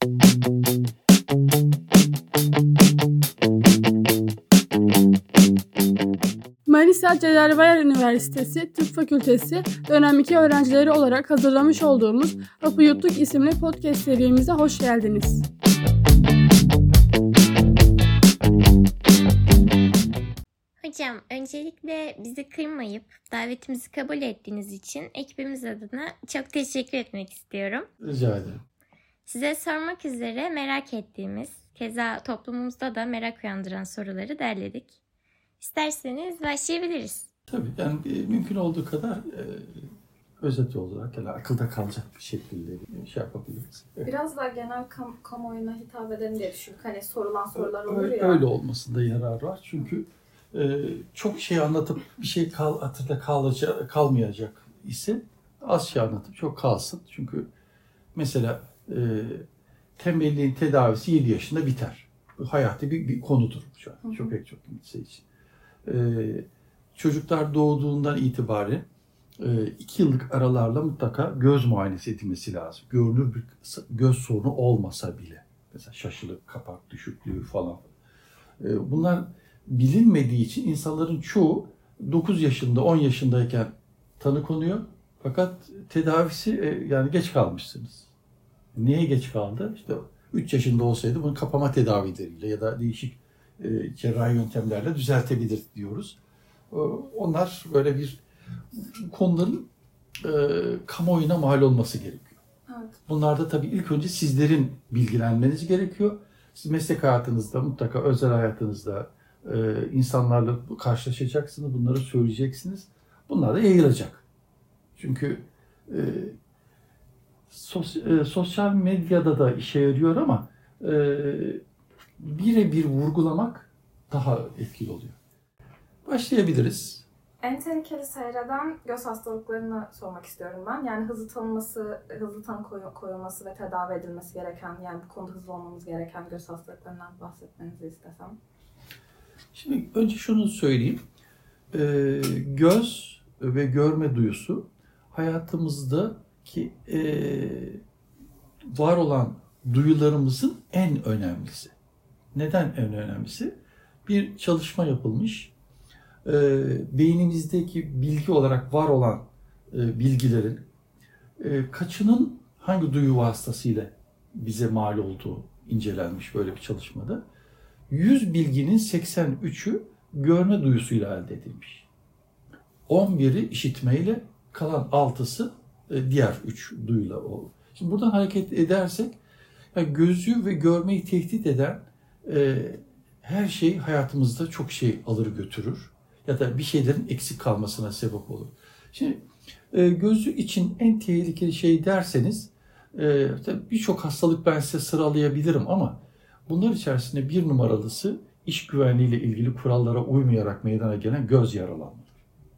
Manisa Celal Bayar Üniversitesi Tıp Fakültesi dönem 2 öğrencileri olarak hazırlamış olduğumuz Hapı Yuttuk isimli podcast serimize hoş geldiniz. Hocam, öncelikle bizi kırmayıp davetimizi kabul ettiğiniz için ekibimiz adına çok teşekkür etmek istiyorum. Rica ederim. Size sormak üzere merak ettiğimiz, keza toplumumuzda da merak uyandıran soruları derledik. İsterseniz başlayabiliriz. Tabii, yani mümkün olduğu kadar özet olarak, yani akılda kalacak bir şekilde şey yapabiliriz. Evet. Biraz daha genel kamuoyuna hitap edelim diye düşündük. Hani sorulan sorular olur ya. Öyle olmasında yarar var. Çünkü çok şey anlatıp bir şey hatırda kalmayacak ise az şey anlatıp çok kalsın. Çünkü mesela tembelliğin tedavisi 7 yaşında biter. Bu hayati bir konudur şu an. Çok kimse için. Çocuklar doğduğundan itibaren 2 yıllık aralarla mutlaka göz muayenesi edilmesi lazım. Görünür bir göz sorunu olmasa bile. Mesela şaşılık, kapak düşüklüğü falan. Bunlar bilinmediği için insanların çoğu 9 yaşında, 10 yaşındayken tanı konuyor. Fakat tedavisi yani geç kalmışsınız. Niye geç kaldı? İşte 3 yaşında olsaydı bunu kapama tedavileriyle ya da değişik cerrahi yöntemlerle düzeltebilir diyoruz. Onlar böyle bir konuların kamuoyuna mal olması gerekiyor. Evet. Bunlarda tabii ilk önce sizlerin bilgilenmeniz gerekiyor. Siz meslek hayatınızda, mutlaka özel hayatınızda insanlarla karşılaşacaksınız, bunları söyleyeceksiniz. Bunlar da yayılacak. Çünkü sosyal medyada da işe yarıyor ama birebir vurgulamak daha etkili oluyor. Başlayabiliriz. En tehlikeli seyreden göz hastalıklarını sormak istiyorum ben. Yani hızlı tanı koyulması ve tedavi edilmesi gereken, yani bu konuda hızlı olmamız gereken göz hastalıklarından bahsetmenizi istesem. Şimdi önce şunu söyleyeyim. Göz ve görme duyusu hayatımızdaki var olan duyularımızın en önemlisi. Neden en önemlisi? Bir çalışma yapılmış. Beynimizdeki bilgi olarak var olan bilgilerin kaçının hangi duyu vasıtasıyla bize mal olduğu incelenmiş böyle bir çalışmada. 100 bilginin 83'ü görme duyusuyla elde edilmiş. 11'i işitmeyle, kalan 6'sı diğer 3 duyuyla oldu. Şimdi buradan hareket edersek yani gözü ve görmeyi tehdit eden her şey hayatımızda çok şey alır götürür. Ya da bir şeylerin eksik kalmasına sebep olur. Şimdi gözü için en tehlikeli şey derseniz birçok hastalık ben size sıralayabilirim ama bunlar içerisinde bir numaralısı iş güvenliğiyle ilgili kurallara uymayarak meydana gelen göz yaralanmaları.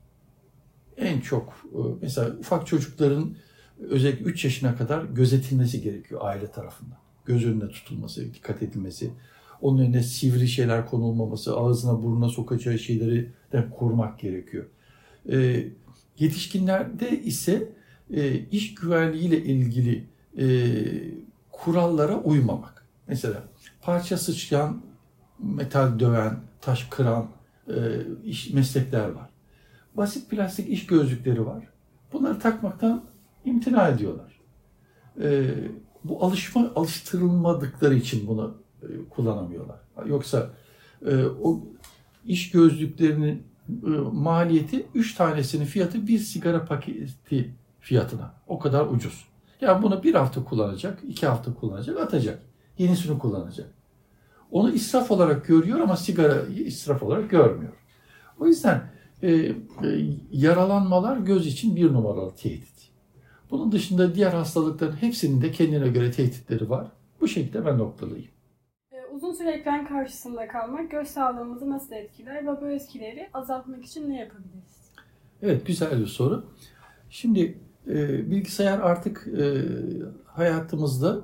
En çok mesela ufak çocukların özellikle 3 yaşına kadar gözetilmesi gerekiyor aile tarafından. Göz önüne tutulması, dikkat edilmesi. Onun önüne sivri şeyler konulmaması, ağzına burnuna sokacağı şeyleri de korumak gerekiyor. Yetişkinlerde ise iş güvenliğiyle ilgili kurallara uymamak. Mesela parça sıçrayan, metal döven, taş kıran meslekler var. Basit plastik iş gözlükleri var. Bunları takmaktan imtina ediyorlar. Bu alıştırılmadıkları için bunu kullanamıyorlar. Yoksa o iş gözlüklerinin maliyeti 3 tanesinin fiyatı bir sigara paketi fiyatına. O kadar ucuz. Yani bunu 1 hafta kullanacak, 2 hafta kullanacak, atacak. Yenisini kullanacak. Onu israf olarak görüyor ama sigarayı israf olarak görmüyor. O yüzden yaralanmalar göz için 1 numaralı tehdit. Bunun dışında diğer hastalıkların hepsinin de kendine göre tehditleri var. Bu şekilde ben noktalayayım. Uzun süre ekran karşısında kalmak göz sağlığımızı nasıl etkiler ve bu etkileri azaltmak için ne yapabiliriz? Evet, güzel bir soru. Şimdi bilgisayar artık hayatımızda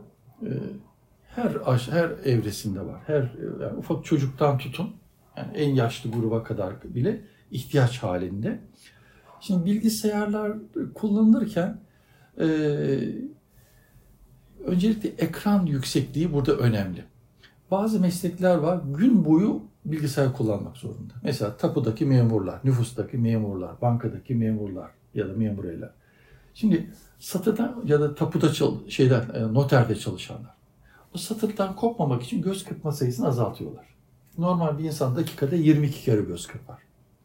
her evresinde var. Yani ufak çocuktan tutun, yani en yaşlı gruba kadar bile ihtiyaç halinde. Şimdi bilgisayarlar kullanılırken öncelikle ekran yüksekliği burada önemli. Bazı meslekler var, gün boyu bilgisayar kullanmak zorunda. Mesela tapudaki memurlar, nüfustaki memurlar, bankadaki memurlar ya da memuriyler. Şimdi satırdan ya da tapuda noterde çalışanlar. O satırdan kopmamak için göz kırpma sayısını azaltıyorlar. Normal bir insan dakikada 22 kere göz kırpar.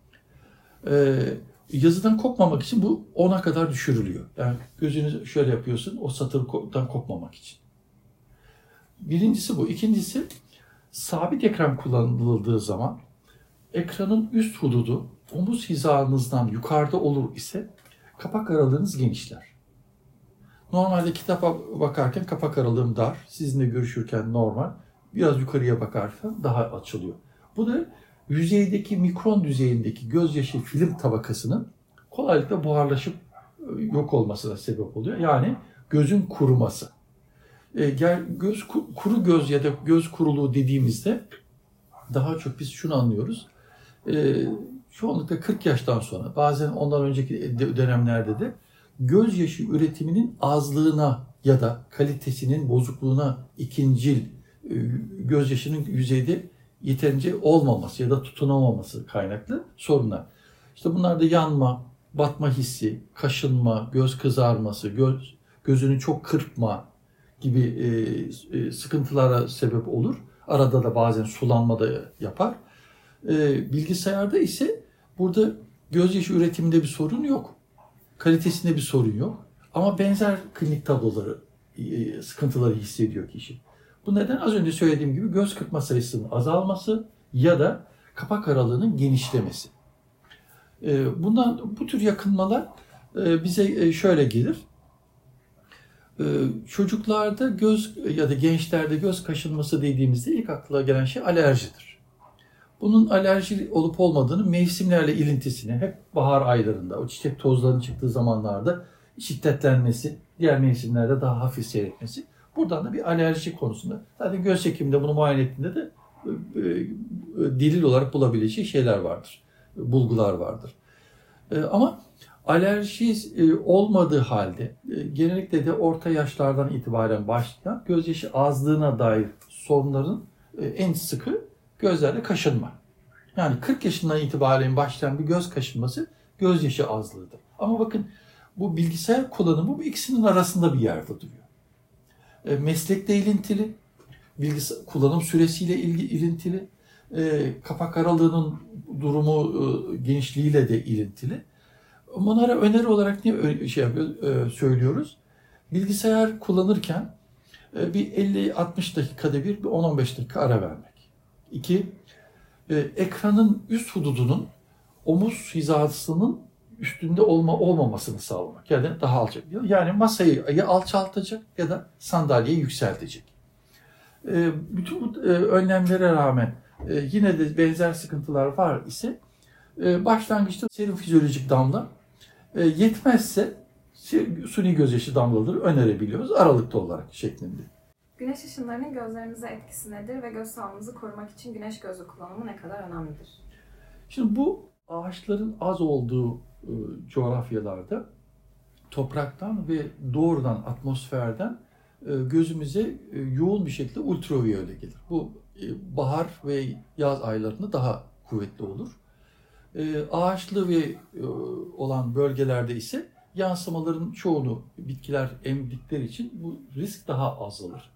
Yazıdan kopmamak için bu 10'a kadar düşürülüyor. Yani gözünü şöyle yapıyorsun o satırdan kopmamak için. Birincisi bu. İkincisi sabit ekran kullanıldığı zaman ekranın üst hududu omuz hizanızdan yukarıda olur ise kapak aralığınız genişler. Normalde kitaba bakarken kapak aralığım dar, sizinle görüşürken normal, biraz yukarıya bakarken daha açılıyor. Bu da yüzeydeki, mikron düzeyindeki gözyaşı film tabakasının kolaylıkla buharlaşıp yok olmasına sebep oluyor. Yani gözün kuruması. Kuru göz ya da göz kuruluğu dediğimizde daha çok biz şunu anlıyoruz. Çoğunlukla 40 yaştan sonra, bazen ondan önceki dönemlerde de gözyaşı üretiminin azlığına ya da kalitesinin bozukluğuna ikincil gözyaşının yüzeyde yeterince olmaması ya da tutunamaması kaynaklı sorunlar. İşte bunlar da yanma, batma hissi, kaşınma, göz kızarması, gözünü çok kırpma gibi sıkıntılara sebep olur. Arada da bazen sulanma da yapar. Bilgisayarda ise burada gözyaşı üretiminde bir sorun yok. Kalitesinde bir sorun yok. Ama benzer klinik tabloları, sıkıntıları hissediyor kişi. Bu neden az önce söylediğim gibi göz kırpma sayısının azalması ya da kapak aralığının genişlemesi. Bu tür yakınmalar bize şöyle gelir. Çocuklarda göz ya da gençlerde göz kaşınması dediğimizde ilk akla gelen şey alerjidir. Bunun alerji olup olmadığını mevsimlerle ilintisini hep bahar aylarında, o çiçek tozlarının çıktığı zamanlarda şiddetlenmesi, diğer mevsimlerde daha hafif seyretmesi. Buradan da bir alerji konusunda. Zaten göz hekiminde bunu muayene ettiğinde de delil olarak bulabileceği şeyler vardır, bulgular vardır. Ama alerji olmadığı halde genellikle de orta yaşlardan itibaren başlayan gözyaşı azlığına dair sorunların en sıkı gözlerde kaşınma. Yani 40 yaşından itibaren başlayan bir göz kaşınması gözyaşı azlığıdır. Ama bakın bu bilgisayar kullanımı bu ikisinin arasında bir yerde duruyor. Meslekle ilintili, kullanım süresiyle ilintili, kapak aralığının durumu genişliğiyle de ilintili. Bunlara öneri olarak ne söylüyoruz? Bilgisayar kullanırken bir 50-60 dakikada bir 10-15 dakika ara vermek. 2. Ekranın üst hududunun omuz hizasının üstünde olmamasını sağlamak. Yani daha alçak. Yani masayı ya alçaltacak ya da sandalyeyi yükseltecek. Bütün bu önlemlere rağmen yine de benzer sıkıntılar var ise başlangıçta serum fizyolojik damla yetmezse suni gözyaşı damlaları önerebiliyoruz aralıklı olarak şeklinde. Güneş ışınlarının gözlerimize etkisi nedir ve göz sağlığımızı korumak için güneş gözlüğü kullanımı ne kadar önemlidir? Şimdi bu ağaçların az olduğu coğrafyalarda topraktan ve doğrudan atmosferden gözümüze yoğun bir şekilde ultraviyole gelir. Bu bahar ve yaz aylarında daha kuvvetli olur. Ağaçlı ve olan bölgelerde ise yansımaların çoğunu bitkiler emdikleri için bu risk daha azalır.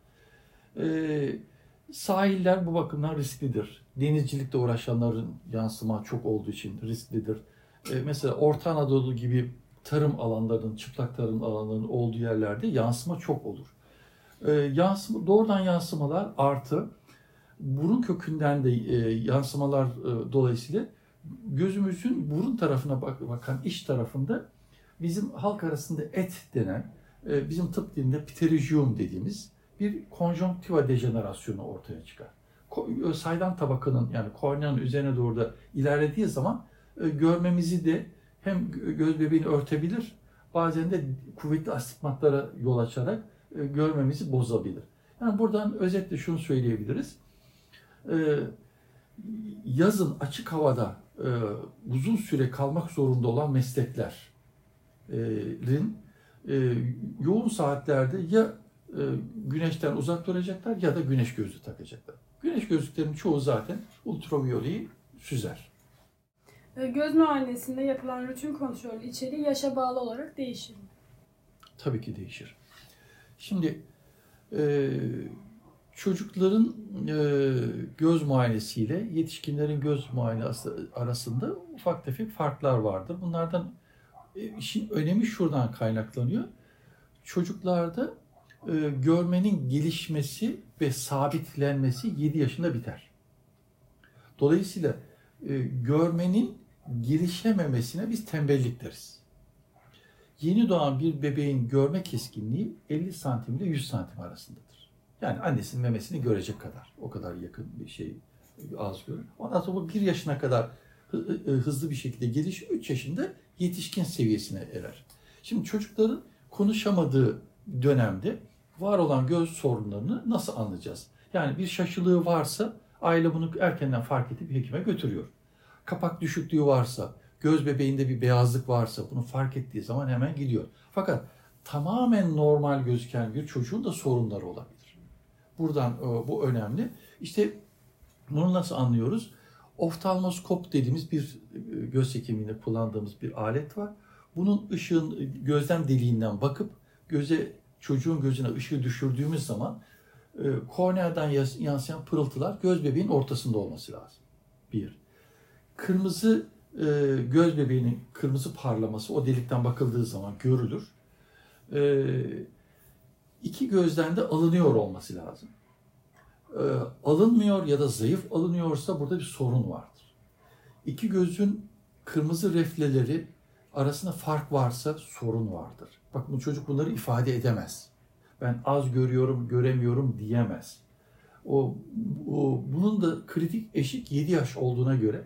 Sahiller bu bakımdan risklidir. Denizcilikle uğraşanların yansıma çok olduğu için risklidir. Mesela Orta Anadolu gibi tarım alanlarının, çıplak tarım alanlarının olduğu yerlerde yansıma çok olur. Doğrudan yansımalar artı burun kökünden de yansımalar dolayısıyla gözümüzün burun tarafına bakan iç tarafında bizim halk arasında et denen, bizim tıp dilinde pterygium dediğimiz bir konjonktiva dejenerasyonu ortaya çıkar. Saydam tabakanın yani korneanın üzerine doğru da ilerlediği zaman görmemizi de hem göz bebeğini örtebilir, bazen de kuvvetli astigmatlara yol açarak görmemizi bozabilir. Yani buradan özetle şunu söyleyebiliriz. Yazın açık havada uzun süre kalmak zorunda olan mesleklerin yoğun saatlerde ya güneşten uzak duracaklar ya da güneş gözlüğü takacaklar. Güneş gözlüklerinin çoğu zaten ultraviyoleyi süzer. Göz muayenesinde yapılan rutin kontrol içeriği yaşa bağlı olarak değişir mi? Tabii ki değişir. Şimdi çocukların göz muayenesiyle yetişkinlerin göz muayenesi arasında ufak tefek farklar vardır. Bunlardan işin önemi şuradan kaynaklanıyor. Çocuklarda görmenin gelişmesi ve sabitlenmesi 7 yaşında biter. Dolayısıyla görmenin gelişememesine biz tembellik deriz. Yeni doğan bir bebeğin görme keskinliği 50 santim ile 100 santim arasındadır. Yani annesinin memesini görecek kadar. O kadar yakın bir şey az görür. Ondan sonra bu 1 yaşına kadar hızlı bir şekilde gelişir. 3 yaşında yetişkin seviyesine erer. Şimdi çocukların konuşamadığı dönemde var olan göz sorunlarını nasıl anlayacağız? Yani bir şaşılığı varsa aile bunu erkenden fark edip hekime götürüyor. Kapak düşüklüğü varsa, göz bebeğinde bir beyazlık varsa bunu fark ettiği zaman hemen gidiyor. Fakat tamamen normal gözüken bir çocuğun da sorunları olabilir. Buradan bu önemli. İşte bunu nasıl anlıyoruz? Oftalmoskop dediğimiz bir göz hekimliğinde kullandığımız bir alet var. Bunun ışığın gözlem deliğinden bakıp çocuğun gözüne ışığı düşürdüğümüz zaman korneadan yansıyan pırıltılar göz bebeğin ortasında olması lazım. Bir. Kırmızı göz bebeğinin kırmızı parlaması o delikten bakıldığı zaman görülür. 2 gözden de alınıyor olması lazım. Alınmıyor ya da zayıf alınıyorsa burada bir sorun vardır. 2 gözün kırmızı refleleri arasında fark varsa sorun vardır. Bak bu çocuk bunları ifade edemez. Ben az görüyorum, göremiyorum diyemez. Bunun da kritik eşik 7 yaş olduğuna göre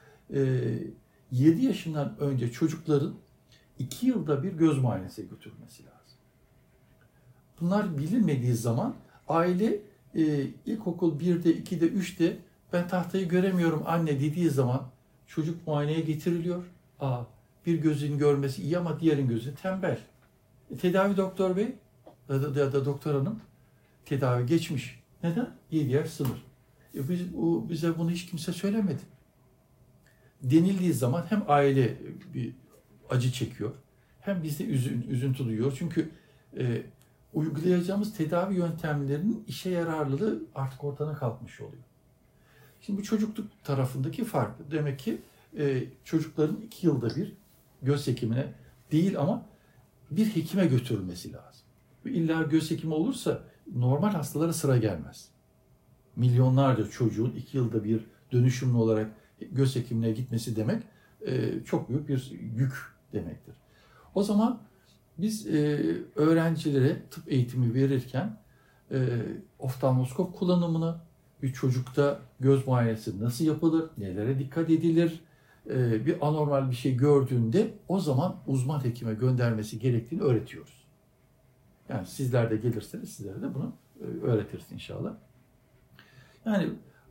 7 yaşından önce çocukların 2 yılda bir göz muayenesine götürülmesi lazım. Bunlar bilinmediği zaman aile ilkokul 1'de, 2'de, 3'te ben tahtayı göremiyorum anne dediği zaman çocuk muayeneye getiriliyor. Bir gözün görmesi iyi ama diğerin gözü tembel. Tedavi doktor bey ya da doktor hanım tedavi geçmiş. Neden? 7 yaş sınır. Bize bunu hiç kimse söylemedi. Denildiği zaman hem aile bir acı çekiyor hem biz de üzüntü duyuyor. Çünkü uygulayacağımız tedavi yöntemlerinin işe yararlılığı artık ortadan kalkmış oluyor. Şimdi bu çocukluk tarafındaki fark demek ki çocukların 2 yılda bir göz hekimine değil ama bir hekime götürülmesi lazım. İlla göz hekimi olursa normal hastalara sıra gelmez. Milyonlarca çocuğun 2 yılda bir dönüşümlü olarak göz hekimine gitmesi demek çok büyük bir yük demektir. O zaman biz öğrencilere tıp eğitimi verirken oftalmoskop kullanımını, bir çocukta göz muayenesi nasıl yapılır, nelere dikkat edilir, bir anormal bir şey gördüğünde o zaman uzman hekime göndermesi gerektiğini öğretiyoruz. Yani sizler de gelirseniz sizlere de bunu öğretiriz inşallah. Yani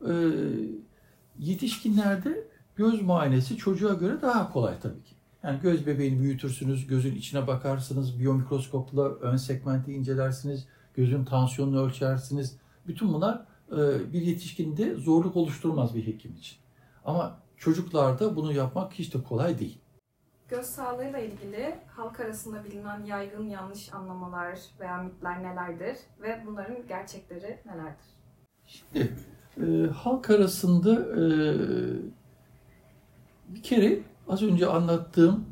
yetişkinlerde göz muayenesi çocuğa göre daha kolay tabii ki. Yani göz bebeğini büyütürsünüz, gözün içine bakarsınız, biyomikroskopla ön segmenti incelersiniz, gözün tansiyonunu ölçersiniz. Bütün bunlar bir yetişkinde zorluk oluşturmaz bir hekim için. Ama çocuklarda bunu yapmak hiç de kolay değil. Göz sağlığıyla ilgili halk arasında bilinen yaygın yanlış anlamalar veya mitler nelerdir ve bunların gerçekleri nelerdir? Şimdi halk arasında bir kere az önce anlattığım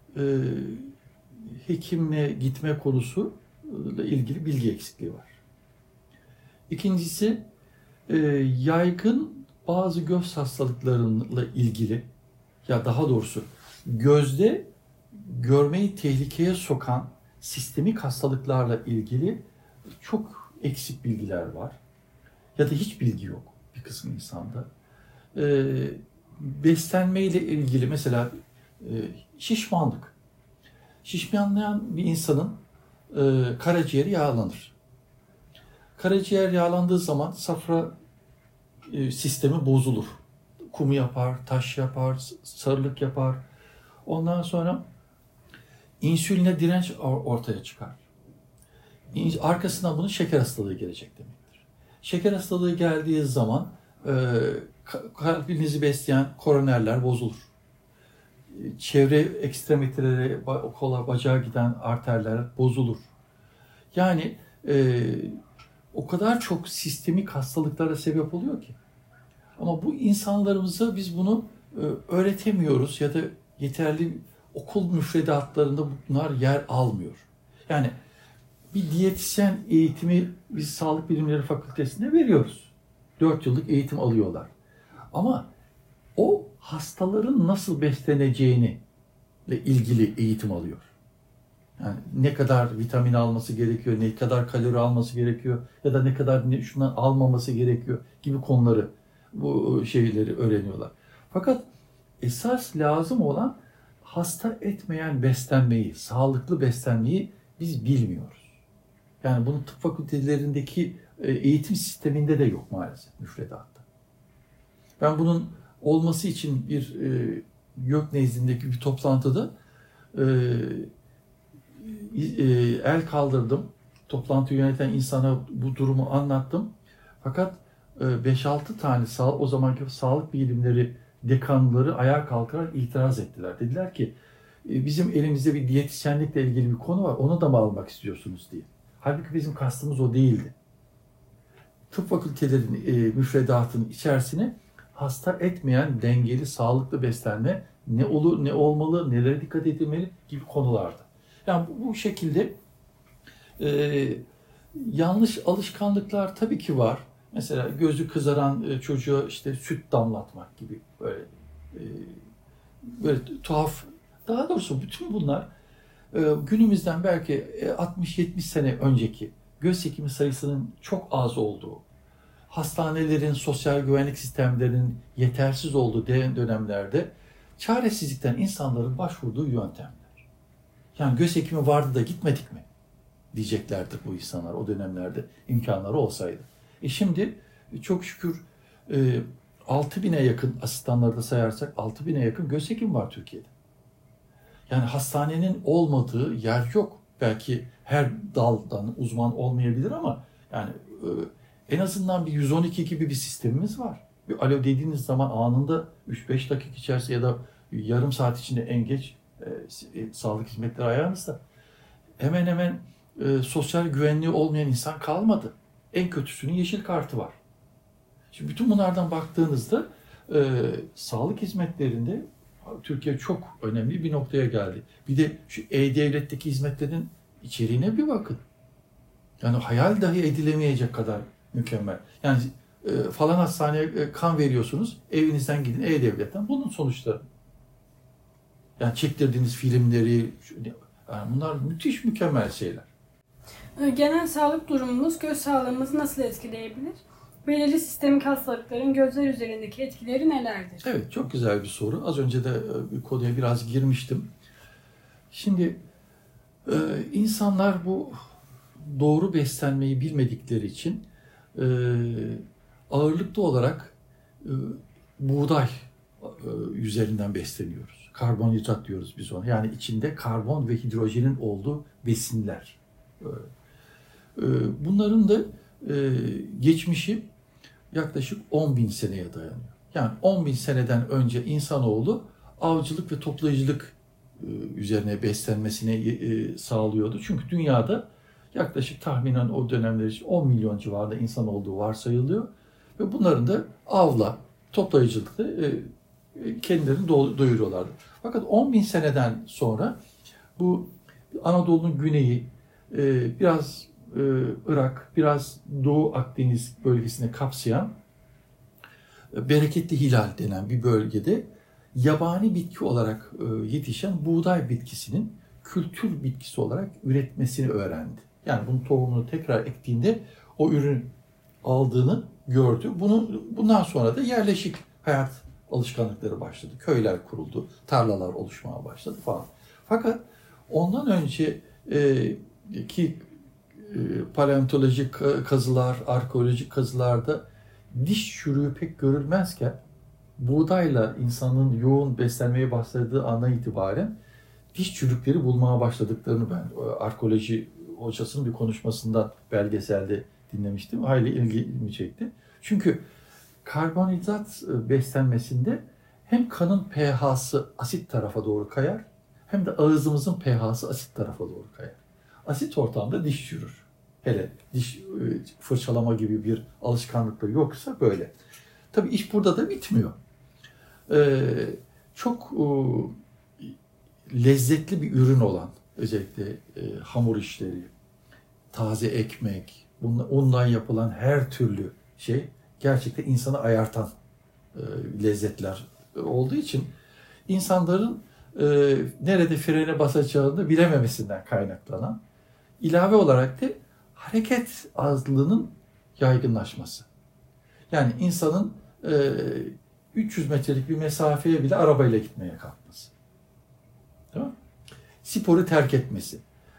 hekime gitme konusuyla ilgili bilgi eksikliği var. İkincisi yaygın bazı göz hastalıklarıyla ilgili ya daha doğrusu gözde görmeyi tehlikeye sokan sistemik hastalıklarla ilgili çok eksik bilgiler var. Ya da hiç bilgi yok bir kısım insanda. Beslenmeyle ilgili mesela şişmanlık. Şişmanlayan bir insanın karaciğeri yağlanır. Karaciğer yağlandığı zaman safra sistemi bozulur. Kum yapar, taş yapar, sarılık yapar. Ondan sonra insüline direnç ortaya çıkar. arkasından bunun şeker hastalığı gelecek demektir. Şeker hastalığı geldiği zaman kalbinizi besleyen koronerler bozulur. Çevre ekstremitelere, kola, bacağa giden arterler bozulur. Yani o kadar çok sistemik hastalıklara sebep oluyor ki. Ama bu insanlarımıza biz bunu öğretemiyoruz ya da yeterli okul müfredatlarında bunlar yer almıyor. Yani bir diyetisyen eğitimi biz Sağlık Bilimleri Fakültesi'nde veriyoruz. 4 yıllık eğitim alıyorlar. Ama o hastaların nasıl besleneceğini ile ilgili eğitim alıyor. Yani ne kadar vitamin alması gerekiyor, ne kadar kalori alması gerekiyor ya da ne kadar şundan almaması gerekiyor gibi konuları, bu şeyleri öğreniyorlar. Fakat esas lazım olan hasta etmeyen beslenmeyi, sağlıklı beslenmeyi biz bilmiyoruz. Yani bunun tıp fakültelerindeki eğitim sisteminde de yok maalesef müfredatta. Ben bunun olması için bir YÖK nezdindeki bir toplantıda el kaldırdım. Toplantıyı yöneten insana bu durumu anlattım. Fakat 5-6 tane o zamanki sağlık bilimleri dekanları ayağa kalkarak itiraz ettiler. Dediler ki bizim elimizde bir diyetisyenlikle ilgili bir konu var. Onu da mı almak istiyorsunuz diye. Halbuki bizim kastımız o değildi. Tıp fakültelerinin müfredatının içerisine hasta etmeyen dengeli, sağlıklı beslenme ne olur, ne olmalı, nelere dikkat edilmeli gibi konulardı. Yani bu şekilde yanlış alışkanlıklar tabii ki var. Mesela gözü kızaran çocuğa işte süt damlatmak gibi böyle tuhaf. Daha doğrusu bütün bunlar günümüzden belki 60-70 sene önceki göz hekimi sayısının çok az olduğu, hastanelerin, sosyal güvenlik sistemlerinin yetersiz olduğu dönemlerde çaresizlikten insanların başvurduğu yöntemler. Yani göz hekimi vardı da gitmedik mi diyeceklerdir bu insanlar o dönemlerde imkanları olsaydı. Şimdi çok şükür 6.000'e yakın, asistanları da sayarsak 6.000'e yakın göz hekimi var Türkiye'de. Yani hastanenin olmadığı yer yok. Belki her daldan uzman olmayabilir ama yani en azından bir 112 gibi bir sistemimiz var. Bir alo dediğiniz zaman anında 3-5 dakika içerisinde ya da yarım saat içinde en geç sağlık hizmetleri ayağınızda. Hemen hemen sosyal güvenliği olmayan insan kalmadı. En kötüsünün yeşil kartı var. Şimdi bütün bunlardan baktığınızda sağlık hizmetlerinde Türkiye çok önemli bir noktaya geldi. Bir de şu E-Devlet'teki hizmetlerin içeriğine bir bakın. Yani hayal dahi edilemeyecek kadar mükemmel. Yani falan hastaneye kan veriyorsunuz, evinizden gidin E-Devlet'ten bunun sonuçları. Yani çektirdiğiniz filmleri, yani bunlar müthiş mükemmel şeyler. Genel sağlık durumumuz göz sağlığımızı nasıl etkileyebilir? Belirli sistemik hastalıkların gözler üzerindeki etkileri nelerdir? Evet, çok güzel bir soru. Az önce de konuya biraz girmiştim. Şimdi insanlar bu doğru beslenmeyi bilmedikleri için ağırlıklı olarak buğday üzerinden besleniyoruz. Karbonhidrat diyoruz biz ona. Yani içinde karbon ve hidrojenin olduğu besinler. Bunların da geçmişi yaklaşık 10.000 seneye dayanıyor. Yani 10.000 seneden önce insanoğlu avcılık ve toplayıcılık üzerine beslenmesini sağlıyordu. Çünkü dünyada yaklaşık tahminen o dönemler için 10 milyon civarında insan olduğu varsayılıyor. Ve bunların da avla, toplayıcılıkla kendilerini doyuruyorlardı. Fakat 10.000 seneden sonra bu Anadolu'nun güneyi, biraz Irak, biraz Doğu Akdeniz bölgesine kapsayan Bereketli Hilal denen bir bölgede yabani bitki olarak yetişen buğday bitkisinin kültür bitkisi olarak üretmesini öğrendi. Yani bunun tohumunu tekrar ektiğinde o ürün aldığını gördü. Bundan sonra da yerleşik hayat alışkanlıkları başladı. Köyler kuruldu, tarlalar oluşmaya başladı falan. Fakat ondan önceki paleontolojik kazılar, arkeolojik kazılarda diş çürüğü pek görülmezken buğdayla insanın yoğun beslenmeye başladığı andan itibaren diş çürükleri bulmaya başladıklarını ben arkeoloji hocasının bir konuşmasından belgeselde dinlemiştim. Hayli ilgimi çekti. Çünkü karbonhidrat beslenmesinde hem kanın pH'sı asit tarafa doğru kayar, hem de ağzımızın pH'sı asit tarafa doğru kayar. Asit ortamda diş çürür. Hele diş fırçalama gibi bir alışkanlıkları yoksa böyle. Tabii iş burada da bitmiyor. Çok lezzetli bir ürün olan, özellikle hamur işleri, taze ekmek, undan yapılan her türlü şey gerçekten insanı ayartan lezzetler olduğu için insanların nerede frene basacağını bilememesinden kaynaklanan, ilave olarak da hareket azlığının yaygınlaşması. Yani insanın 300 metrelik bir mesafeye bile arabayla gitmeye kalkması. Değil mi? Sporu terk etmesi.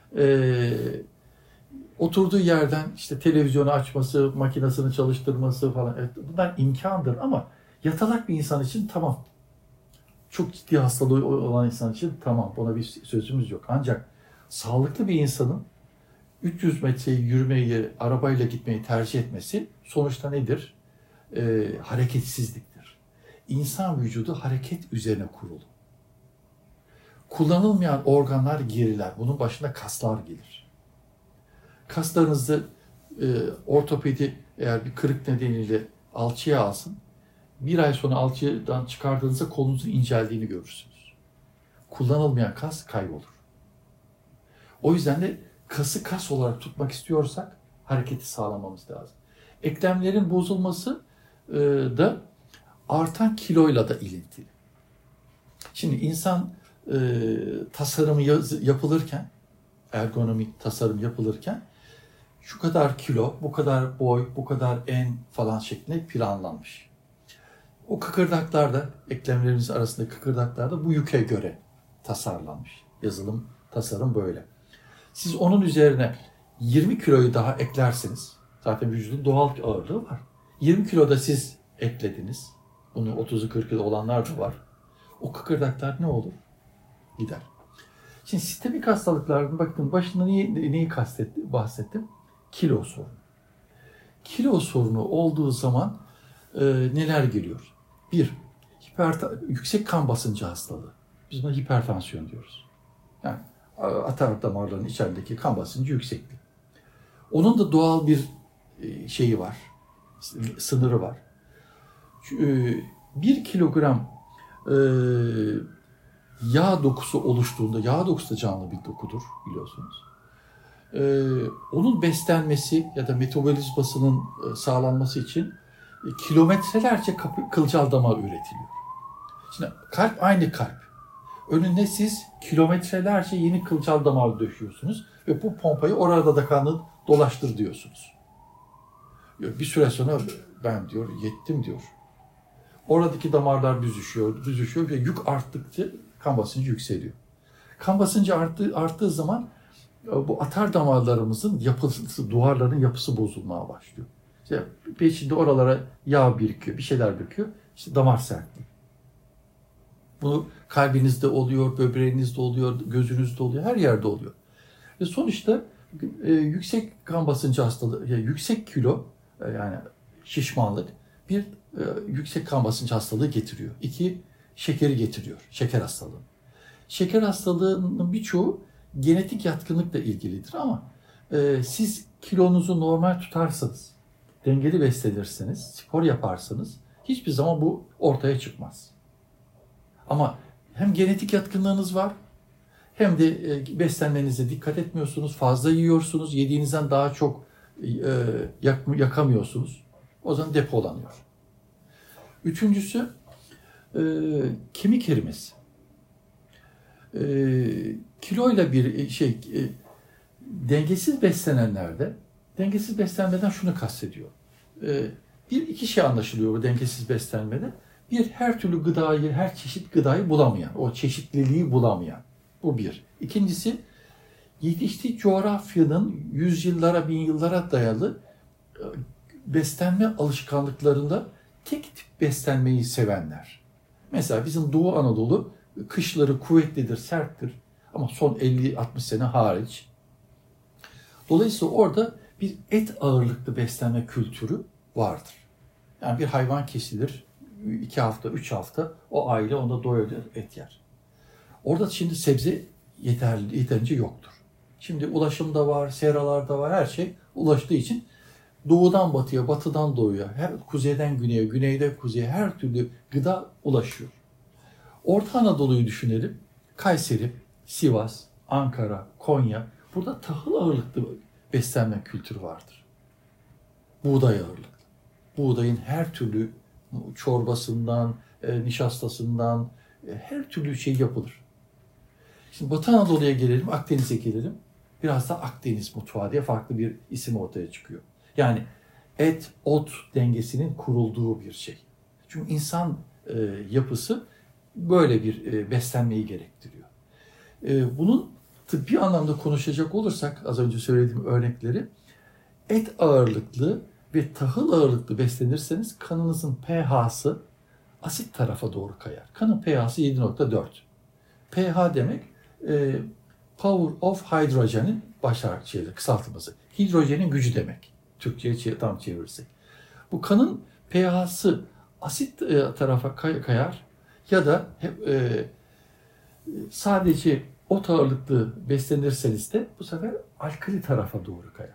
Oturduğu yerden işte televizyonu açması, makinesini çalıştırması falan. Evet, bunlar imkandır ama yatalak bir insan için tamam. Çok ciddi hastalığı olan insan için tamam. Buna bir sözümüz yok. Ancak sağlıklı bir insanın 300 metreyi yürümeyi, arabayla gitmeyi tercih etmesi sonuçta nedir? Hareketsizliktir. İnsan vücudu hareket üzerine kurulu. Kullanılmayan organlar geriler. Bunun başına kaslar gelir. Kaslarınızı ortopedi eğer bir kırık nedeniyle alçıya alsın, bir ay sonra alçıdan çıkardığınızda kolunuzun inceldiğini görürsünüz. Kullanılmayan kas kaybolur. O yüzden de kası kas olarak tutmak istiyorsak hareketi sağlamamız lazım. Eklemlerin bozulması da artan kiloyla da ilintili. Şimdi insan tasarımı yapılırken, ergonomik tasarım yapılırken şu kadar kilo, bu kadar boy, bu kadar en falan şeklinde planlanmış. O kıkırdaklarda, eklemlerimiz arasında kıkırdaklarda bu yüke göre tasarlanmış. Yazılım, tasarım böyle. Siz onun üzerine 20 kiloyu daha eklerseniz, zaten vücudun doğal ağırlığı var. 20 kilo da siz eklediniz. Bunu 30'u 40'ı olanlar da var. O kıkırdaklar ne olur? Gider. Şimdi sistemik hastalıkların bakın başında neyi bahsettim? Kilo sorunu. Kilo sorunu olduğu zaman neler geliyor? Bir, yüksek kan basıncı hastalığı. Biz buna hipertansiyon diyoruz. Yani atar damarların içerideki kan basıncı yüksekliği. Onun da doğal bir şeyi var, sınırı var. 1 kilogram yağ dokusu oluştuğunda, yağ dokusu da canlı bir dokudur biliyorsunuz. Onun beslenmesi ya da metabolizmasının sağlanması için kilometrelerce kılcal damar üretiliyor. Şimdi kalp aynı kalp. Önüne siz kilometrelerce yeni kılcal damar döşüyorsunuz ve bu pompayı orada da kanı dolaştır diyorsunuz. Bir süre sonra ben diyor yettim diyor. Oradaki damarlar büzüşüyor ve yük arttıkça kan basıncı yükseliyor. Kan basıncı arttığı zaman bu atar damarlarımızın yapısı, duvarların yapısı bozulmaya başlıyor. İşte peşinde oralara yağ birikiyor, bir şeyler birikiyor. İşte damar sertliği. Bu kalbinizde oluyor, böbreğinizde oluyor, gözünüzde oluyor, her yerde oluyor. Ve sonuçta yüksek kan basıncı hastalığı, yani yüksek kilo, yani şişmanlık bir yüksek kan basıncı hastalığı getiriyor. 2, şekeri getiriyor, şeker hastalığı. Şeker hastalığının birçoğu genetik yatkınlıkla ilgilidir ama siz kilonuzu normal tutarsanız, dengeli beslenirseniz, spor yaparsanız hiçbir zaman bu ortaya çıkmaz. Ama hem genetik yatkınlığınız var hem de beslenmenize dikkat etmiyorsunuz, fazla yiyorsunuz, yediğinizden daha çok yakamıyorsunuz. O zaman depolanıyor. Üçüncüsü kemik erimesi. Kiloyla bir dengesiz beslenenlerde, dengesiz beslenmeden şunu kastediyor. İki şey anlaşılıyor bu dengesiz beslenmede. Bir, her türlü gıdayı, her çeşit gıdayı bulamayan, o çeşitliliği bulamayan. Bu bir. İkincisi, yetiştiği coğrafyanın yüzyıllara, bin yıllara dayalı beslenme alışkanlıklarında tek tip beslenmeyi sevenler. Mesela bizim Doğu Anadolu kışları kuvvetlidir, serttir. Ama son 50-60 sene hariç Dolayısıyla orada bir et ağırlıklı beslenme kültürü vardır. Yani bir hayvan kesilir, 2 hafta, 3 hafta o aile onda doyuyor, et yer. Orada şimdi sebze yeterince yoktur. Şimdi ulaşımda var, seralarda var, her şey ulaştığı için doğudan batıya, batıdan doğuya, her kuzeyden güneye, güneyden kuzeye her türlü gıda ulaşıyor. Orta Anadolu'yu düşünelim. Kayseri, Sivas, Ankara, Konya. Burada tahıl ağırlıklı beslenme kültürü vardır. Buğday ağırlıklı. Buğdayın her türlü çorbasından, nişastasından her türlü şey yapılır. Şimdi Batı Anadolu'ya gelelim, Akdeniz'e gelelim. Biraz da Akdeniz mutfağı diye farklı bir isim ortaya çıkıyor. Yani et-ot dengesinin kurulduğu bir şey. Çünkü insan yapısı böyle bir beslenmeyi gerektiriyor. Bunun tıbbi anlamda konuşacak olursak, az önce söylediğim örnekleri, et ağırlıklı ve tahıl ağırlıklı beslenirseniz kanınızın pH'sı asit tarafa doğru kayar. Kanın pH'sı 7.4. pH demek Power of Hydrogen'in baş harfi, kısaltılması. Hidrojenin gücü demek. Türkçe'ye tam çevirirsek. Bu kanın pH'sı asit tarafa kayar ya da sadece ot ağırlıklı beslenirseniz de bu sefer alkali tarafa doğru kayar.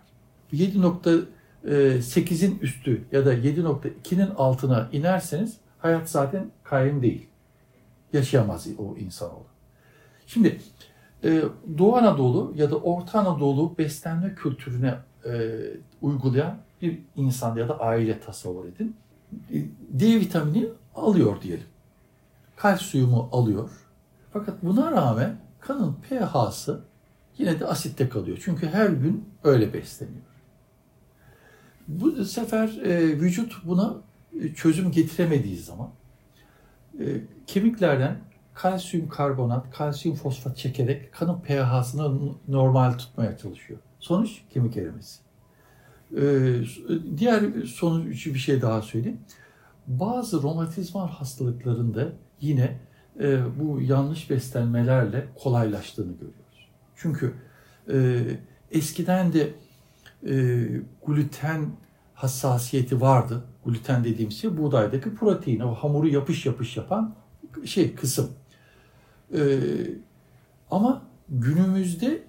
7.8'in üstü ya da 7.2'nin altına inerseniz hayat zaten kaim değil. Yaşayamaz o insanoğlu. Şimdi Doğu Anadolu ya da Orta Anadolu beslenme kültürüne uygulayan bir insan ya da aile tasavvur edin. D vitamini alıyor diyelim. Kalsiyumu alıyor. Fakat buna rağmen kanın pH'sı yine de asitte kalıyor. Çünkü her gün öyle besleniyor. Bu sefer vücut buna çözüm getiremediği zaman kemiklerden kalsiyum karbonat, kalsiyum fosfat çekerek kanın pH'sını normal tutmaya çalışıyor. Sonuç kemik erimesi. Diğer sonucu bir şey daha söyleyeyim. Bazı romatizmal hastalıklarında yine bu yanlış beslenmelerle kolaylaştığını görüyoruz. Çünkü eskiden de gluten hassasiyeti vardı. Gluten dediğim şey buğdaydaki protein, o hamuru yapış yapış yapan kısım. Ama günümüzde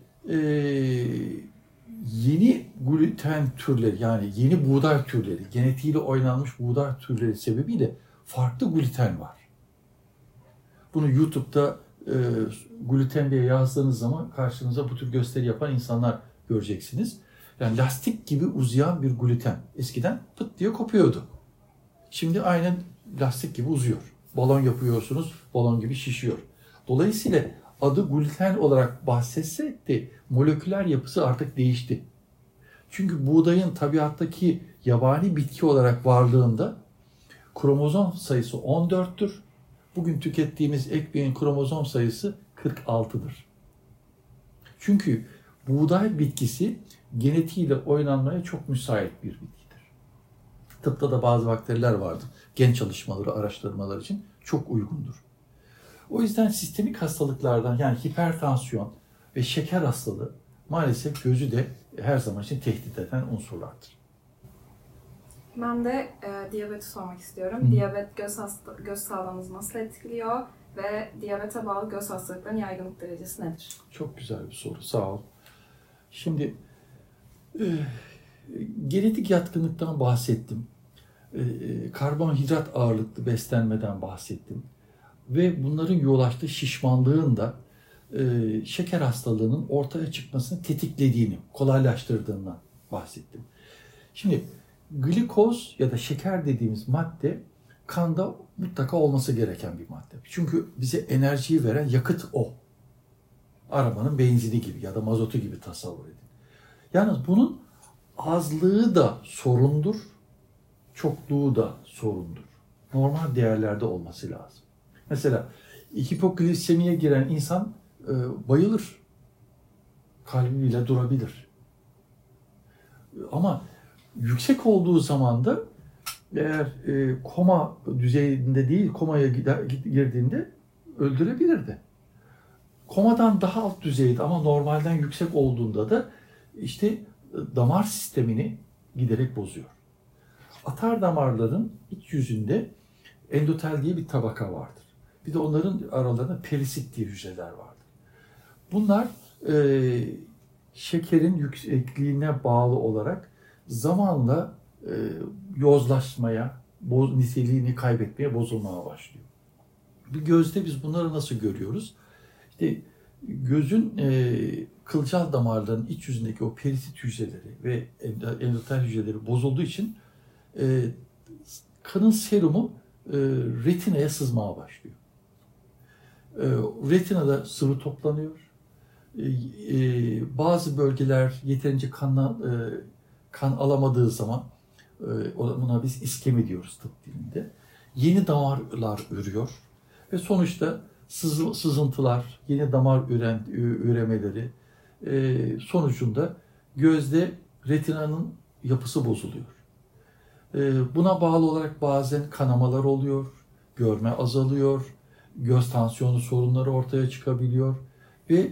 yeni gluten türleri, yani yeni buğday türleri, genetiğiyle oynanmış buğday türleri sebebiyle farklı gluten var. Bunu YouTube'da gluten diye yazdığınız zaman karşınıza bu tür gösteri yapan insanlar göreceksiniz. Yani lastik gibi uzayan bir gluten. Eskiden pıt diye kopuyordu. Şimdi aynen lastik gibi uzuyor. Balon yapıyorsunuz, balon gibi şişiyor. Dolayısıyla adı gluten olarak bahsetsek de moleküler yapısı artık değişti. Çünkü buğdayın tabiattaki yabani bitki olarak varlığında kromozom sayısı 14'tür. Bugün tükettiğimiz ekmeğin kromozom sayısı 46'dır. Çünkü buğday bitkisi genetiğiyle oynanmaya çok müsait bir bitkidir. Tıpta da bazı bakteriler vardır. Gen çalışmaları, araştırmalar için çok uygundur. O yüzden sistemik hastalıklardan, yani hipertansiyon ve şeker hastalığı maalesef gözü de her zaman için tehdit eden unsurlardır. Ben de diyabeti sormak istiyorum. Diyabet göz sağlığımızı nasıl etkiliyor ve diyabete bağlı göz hastalıklarının yaygınlık derecesi nedir? Çok güzel bir soru, sağ ol. Şimdi genetik yatkınlıktan bahsettim. Karbonhidrat ağırlıklı beslenmeden bahsettim. Ve bunların yol açtığı şişmanlığın da şeker hastalığının ortaya çıkmasını tetiklediğini, kolaylaştırdığından bahsettim. Şimdi glikoz ya da şeker dediğimiz madde kanda mutlaka olması gereken bir madde. Çünkü bize enerjiyi veren yakıt o. Arabanın benzini gibi ya da mazotu gibi tasavvur edin. Yalnız bunun azlığı da sorundur, çokluğu da sorundur. Normal değerlerde olması lazım. Mesela hipoglisemiye giren insan bayılır. Kalbi bile durabilir. Ama yüksek olduğu zaman da eğer koma düzeyinde değil, komaya girdiğinde öldürebilirdi. Komadan daha alt düzeyde ama normalden yüksek olduğunda da işte damar sistemini giderek bozuyor. Atar damarların iç yüzünde endotel diye bir tabaka vardır. Bir de onların aralarında perisit diye hücreler vardır. Bunlar şekerin yüksekliğine bağlı olarak zamanla yozlaşmaya, niteliğini kaybetmeye, bozulmaya başlıyor. Bir gözde biz bunları nasıl görüyoruz? İşte gözün kılcal damarlarının iç yüzündeki o perisit hücreleri ve endotel hücreleri bozulduğu için kanın serumu retinaya sızmaya başlıyor. Retinada sıvı toplanıyor. Bazı bölgeler yeterince kan alamadığı zaman buna biz iskemi diyoruz tıp dilinde. Yeni damarlar ürüyor ve sonuçta sızıntılar, yeni damar üremeleri sonucunda gözde retinanın yapısı bozuluyor. Buna bağlı olarak bazen kanamalar oluyor, görme azalıyor, göz tansiyonu sorunları ortaya çıkabiliyor ve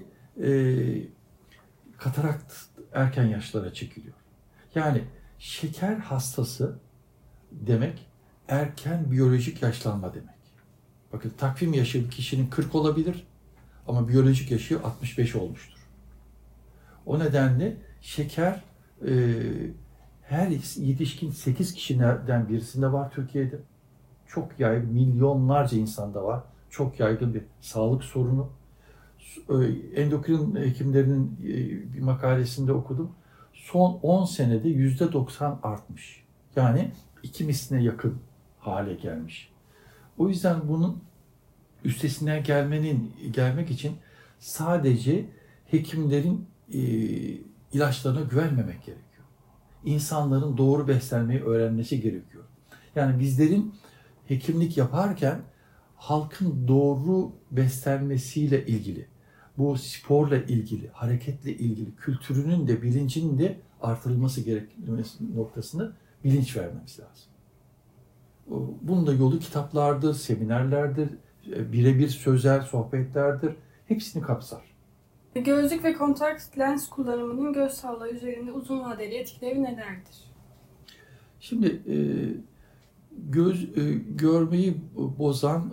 katarakt erken yaşlara çekiliyor. Yani şeker hastası demek erken biyolojik yaşlanma demek. Bakın takvim yaşı bir kişinin 40 olabilir ama biyolojik yaşı 65 olmuştur. O nedenle şeker her yetişkin 8 kişiden birisinde var Türkiye'de. Çok yaygın, milyonlarca insanda var. Çok yaygın bir sağlık sorunu. Endokrin hekimlerinin bir makalesinde okudum. Son 10 senede %90 artmış. Yani 2 misline yakın hale gelmiş. O yüzden bunun üstesinden gelmek için sadece hekimlerin ilaçlarına güvenmemek gerekiyor. İnsanların doğru beslenmeyi öğrenmesi gerekiyor. Yani bizlerin hekimlik yaparken halkın doğru beslenmesiyle ilgili, bu sporla ilgili, hareketle ilgili kültürünün de bilincinin de artırılması gerekmesi noktasında bilinç vermemiz lazım. Bunun da yolu kitaplardır, seminerlerdir, birebir sözel sohbetlerdir. Hepsini kapsar. Gözlük ve kontak lens kullanımının göz sağlığı üzerinde uzun vadeli etkileri nelerdir? Şimdi görmeyi bozan,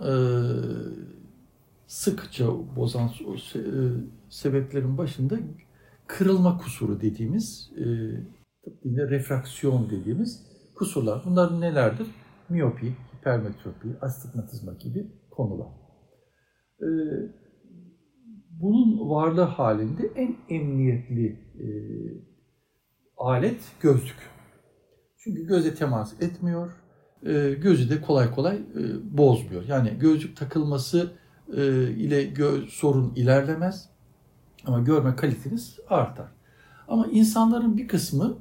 sıkça bozan sebeplerin başında kırılma kusuru dediğimiz, refraksiyon dediğimiz kusurlar. Bunlar nelerdir? Miyopi, hipermetropi, astigmatizma gibi konular. Bunun varlığı halinde en emniyetli alet gözlük. Çünkü göze temas etmiyor, gözü de kolay kolay bozmuyor. Yani gözlük takılması ile sorun ilerlemez ama görme kaliteniz artar. Ama insanların bir kısmı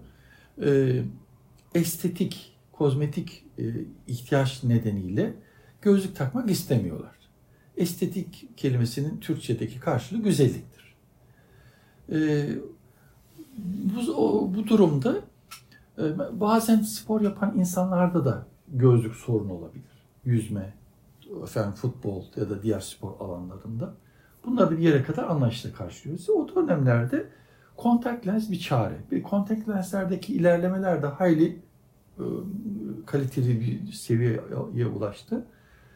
estetik, kozmetik ihtiyaç nedeniyle gözlük takmak istemiyorlar. Estetik kelimesinin Türkçedeki karşılığı güzelliktir. Bu durumda bazen spor yapan insanlarda da gözlük sorunu olabilir. Yüzme, futbol ya da diğer spor alanlarında. Bunları da bir yere kadar anlayışla karşılıyoruz. O dönemlerde kontak lens bir çare. Bir kontak lenslerdeki ilerlemeler de hayli kaliteli bir seviyeye ulaştı.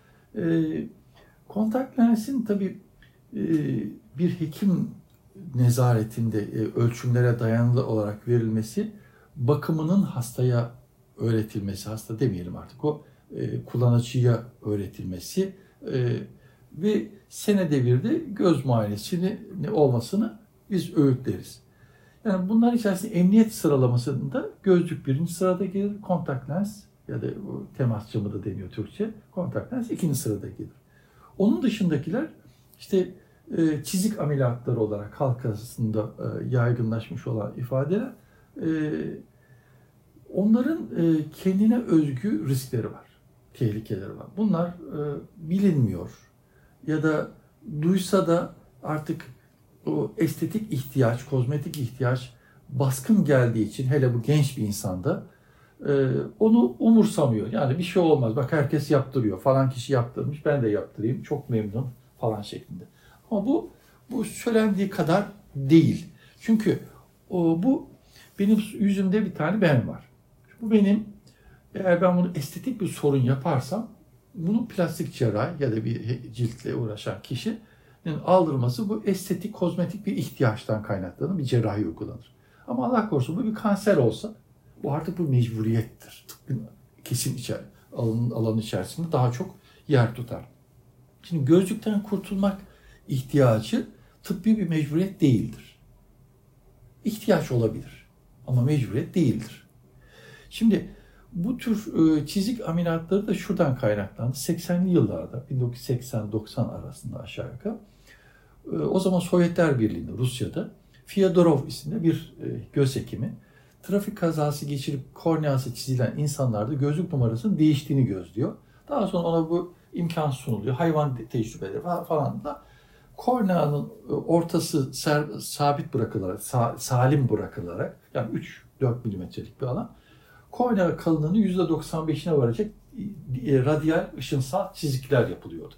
Kontak lensin tabii bir hekim nezaretinde ölçümlere dayanılı olarak verilmesi, bakımının hastaya öğretilmesi, hasta demeyelim artık o kullanıcıya öğretilmesi ve senede bir de göz muayenesinin olmasını biz öğütleriz. Yani bunlar içerisinde emniyet sıralamasında gözlük birinci sırada gelir, kontak lens ya da temas camı da deniyor Türkçe, kontak lens ikinci sırada gelir. Onun dışındakiler işte çizik ameliyatları olarak halk arasında yaygınlaşmış olan ifadeler, onların kendine özgü riskleri var, tehlikeleri var. Bunlar bilinmiyor ya da duysa da artık o estetik ihtiyaç, kozmetik ihtiyaç baskın geldiği için hele bu genç bir insanda onu umursamıyor. Yani bir şey olmaz. Bak herkes yaptırıyor. Falan kişi yaptırmış. Ben de yaptırayım. Çok memnun falan şeklinde. Ama bu söylendiği kadar değil. Çünkü bu Benim yüzümde bir tane ben var. Bu benim, eğer ben bunu estetik bir sorun yaparsam, bunu plastik cerrahi ya da bir ciltle uğraşan kişinin aldırması, bu estetik, kozmetik bir ihtiyaçtan kaynaklanan bir cerrahi uygulanır. Ama Allah korusun bu bir kanser olsa, bu artık bir mecburiyettir. Tıbbın kesin alanın içerisinde daha çok yer tutar. Şimdi gözlükten kurtulmak ihtiyacı tıbbi bir mecburiyet değildir. İhtiyaç olabilir ama mecburiyet değildir. Şimdi bu tür çizik ameliyatları da şuradan kaynaklandı. 80'li yıllarda, 1980-90 arasında aşağı yukarı, o zaman Sovyetler Birliği'nde, Rusya'da Fyodorov isimli bir göz hekimi trafik kazası geçirip korneası çizilen insanlarda gözlük numarasının değiştiğini gözlüyor. Daha sonra ona bu imkan sunuluyor. Hayvan tecrübeleri falan da korneanın ortası sabit bırakılarak, salim bırakılarak, yani 3-4 milimetrelik bir alan, kornea kalınlığının %95'ine varacak radyal ışınsal çizikler yapılıyordu.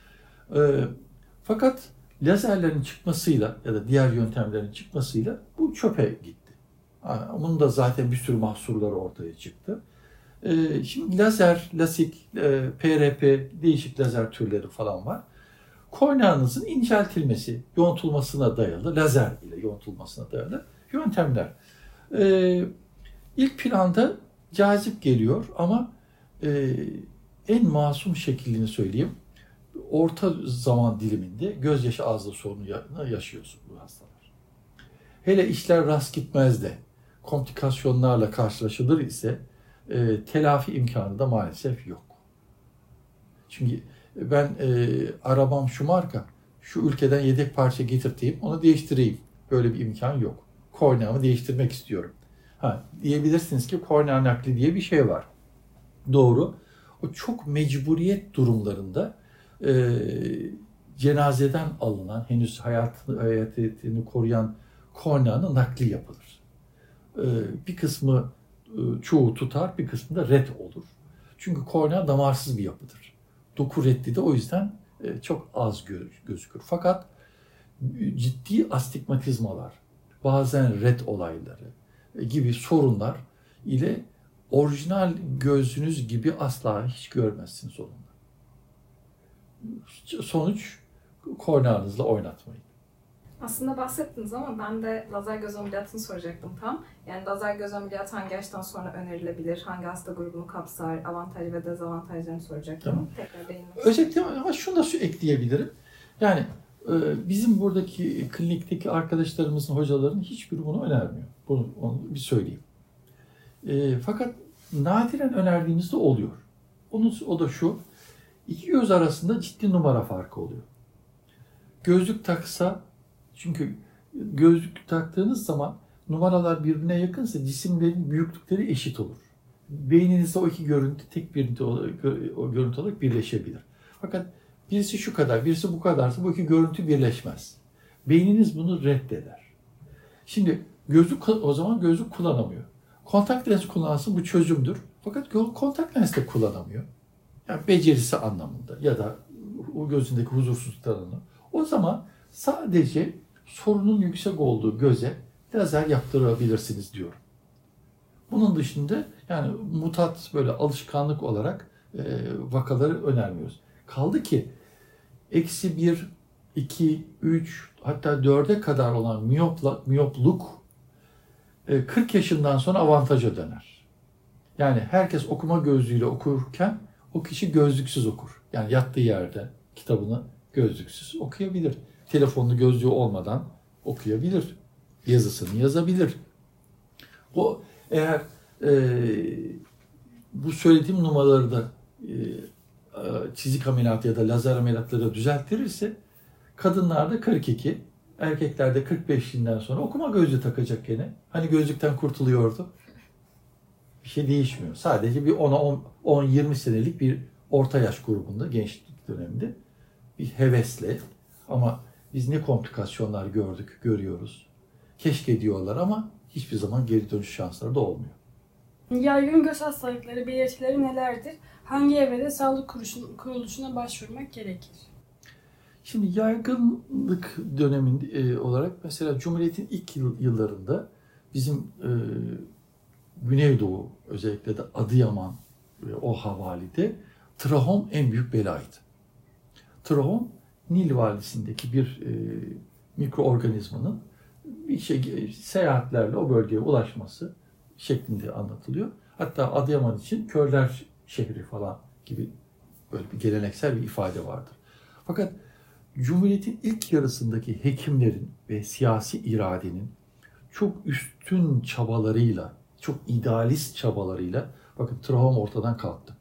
Fakat lazerlerin çıkmasıyla ya da diğer yöntemlerin çıkmasıyla bu çöpe gitti. Bunun da zaten bir sürü mahsurları ortaya çıktı. Şimdi lazer, lasik, PRP, değişik lazer türleri falan var. Korneanızın inceltilmesi, yontulmasına dayalı, lazer ile yontulmasına dayalı yöntemler. İlk planda cazip geliyor ama en masum şeklini söyleyeyim. Orta zaman diliminde gözyaşı azlığı sorunu yaşıyorsun bu hastalar. Hele işler rast gitmez de komplikasyonlarla karşılaşılır ise telafi imkanı da maalesef yok. Çünkü ben arabam şu marka, şu ülkeden yedek parça getirteyim, onu değiştireyim. Böyle bir imkan yok. Korneamı değiştirmek istiyorum. Diyebilirsiniz ki kornea nakli diye bir şey var. Doğru. O çok mecburiyet durumlarında cenazeden alınan, henüz hayatını koruyan korneanın nakli yapılır. Bir kısmı çoğu tutar, bir kısmı da ret olur. Çünkü kornea damarsız bir yapıdır. Doku reddi de o yüzden çok az gözükür. Fakat ciddi astigmatizmalar, bazen ret olayları gibi sorunlar ile orijinal gözünüz gibi asla hiç görmezsiniz onunla. Sonuç, korneanızla oynatmayın. Aslında bahsettiniz ama ben de lazer göz ameliyatını soracaktım tam. Yani lazer göz ameliyatı hangi yaştan sonra önerilebilir, hangi hasta grubunu kapsar, avantaj ve dezavantajlarını soracaktım. Tamam. Tekrar değinmek Özellikle ama şunu da ekleyebilirim. Yani bizim buradaki klinikteki arkadaşlarımızın, hocaların hiçbiri bunu önermiyor. Onu bir söyleyeyim. Fakat nadiren önerdiğimizde oluyor. O da şu, iki göz arasında ciddi numara farkı oluyor. Gözlük taksa, çünkü gözlük taktığınız zaman numaralar birbirine yakınsa cisimlerin büyüklükleri eşit olur. Beyninizde o iki görüntü tek bir görüntü olarak birleşebilir. Fakat birisi şu kadar, birisi bu kadarsa bu iki görüntü birleşmez. Beyniniz bunu reddeder. Şimdi o zaman gözlük kullanamıyor. Kontak lens kullansın, bu çözümdür. Fakat kontak lens de kullanamıyor. Yani becerisi anlamında ya da o gözündeki huzursuzluklarını. O zaman sadece sorunun yüksek olduğu göze lazer yaptırabilirsiniz diyorum. Bunun dışında yani mutat, böyle alışkanlık olarak vakaları önermiyoruz. Kaldı ki -1, 2, 3 hatta 4'e kadar olan miyopluk 40 yaşından sonra avantaja döner. Yani herkes okuma gözlüğüyle okurken o kişi gözlüksüz okur. Yani yattığı yerde kitabını gözlüksüz okuyabilir. Telefonlu gözlüğü olmadan okuyabilir. Yazısını yazabilir. O eğer bu söylediğim numaraları da çizik ameliyatı ya da lazer ameliyatları düzelttirirse kadınlarda 42, erkeklerde 45'inden sonra okuma gözlüğü takacak gene. Hani gözlükten kurtuluyordu. Bir şey değişmiyor. Sadece bir 10-20 senelik bir orta yaş grubunda, gençlik döneminde bir hevesle, ama biz ne komplikasyonlar görüyoruz. Keşke diyorlar ama hiçbir zaman geri dönüş şansları da olmuyor. Yaygın göz hastalıkları belirtileri nelerdir? Hangi evrede sağlık kuruluşuna başvurmak gerekir? Şimdi yaygınlık döneminde olarak mesela Cumhuriyet'in ilk yıllarında bizim Güneydoğu, özellikle de Adıyaman ve o havalide trahom en büyük belaydı. Trahom, Nil Vadisi'ndeki bir mikroorganizmanın bir seyahatlerle o bölgeye ulaşması şeklinde anlatılıyor. Hatta Adıyaman için körler şehri falan gibi böyle bir geleneksel bir ifade vardır. Fakat Cumhuriyet'in ilk yarısındaki hekimlerin ve siyasi iradenin çok üstün çabalarıyla, çok idealist çabalarıyla, bakın trahom ortadan kalktı.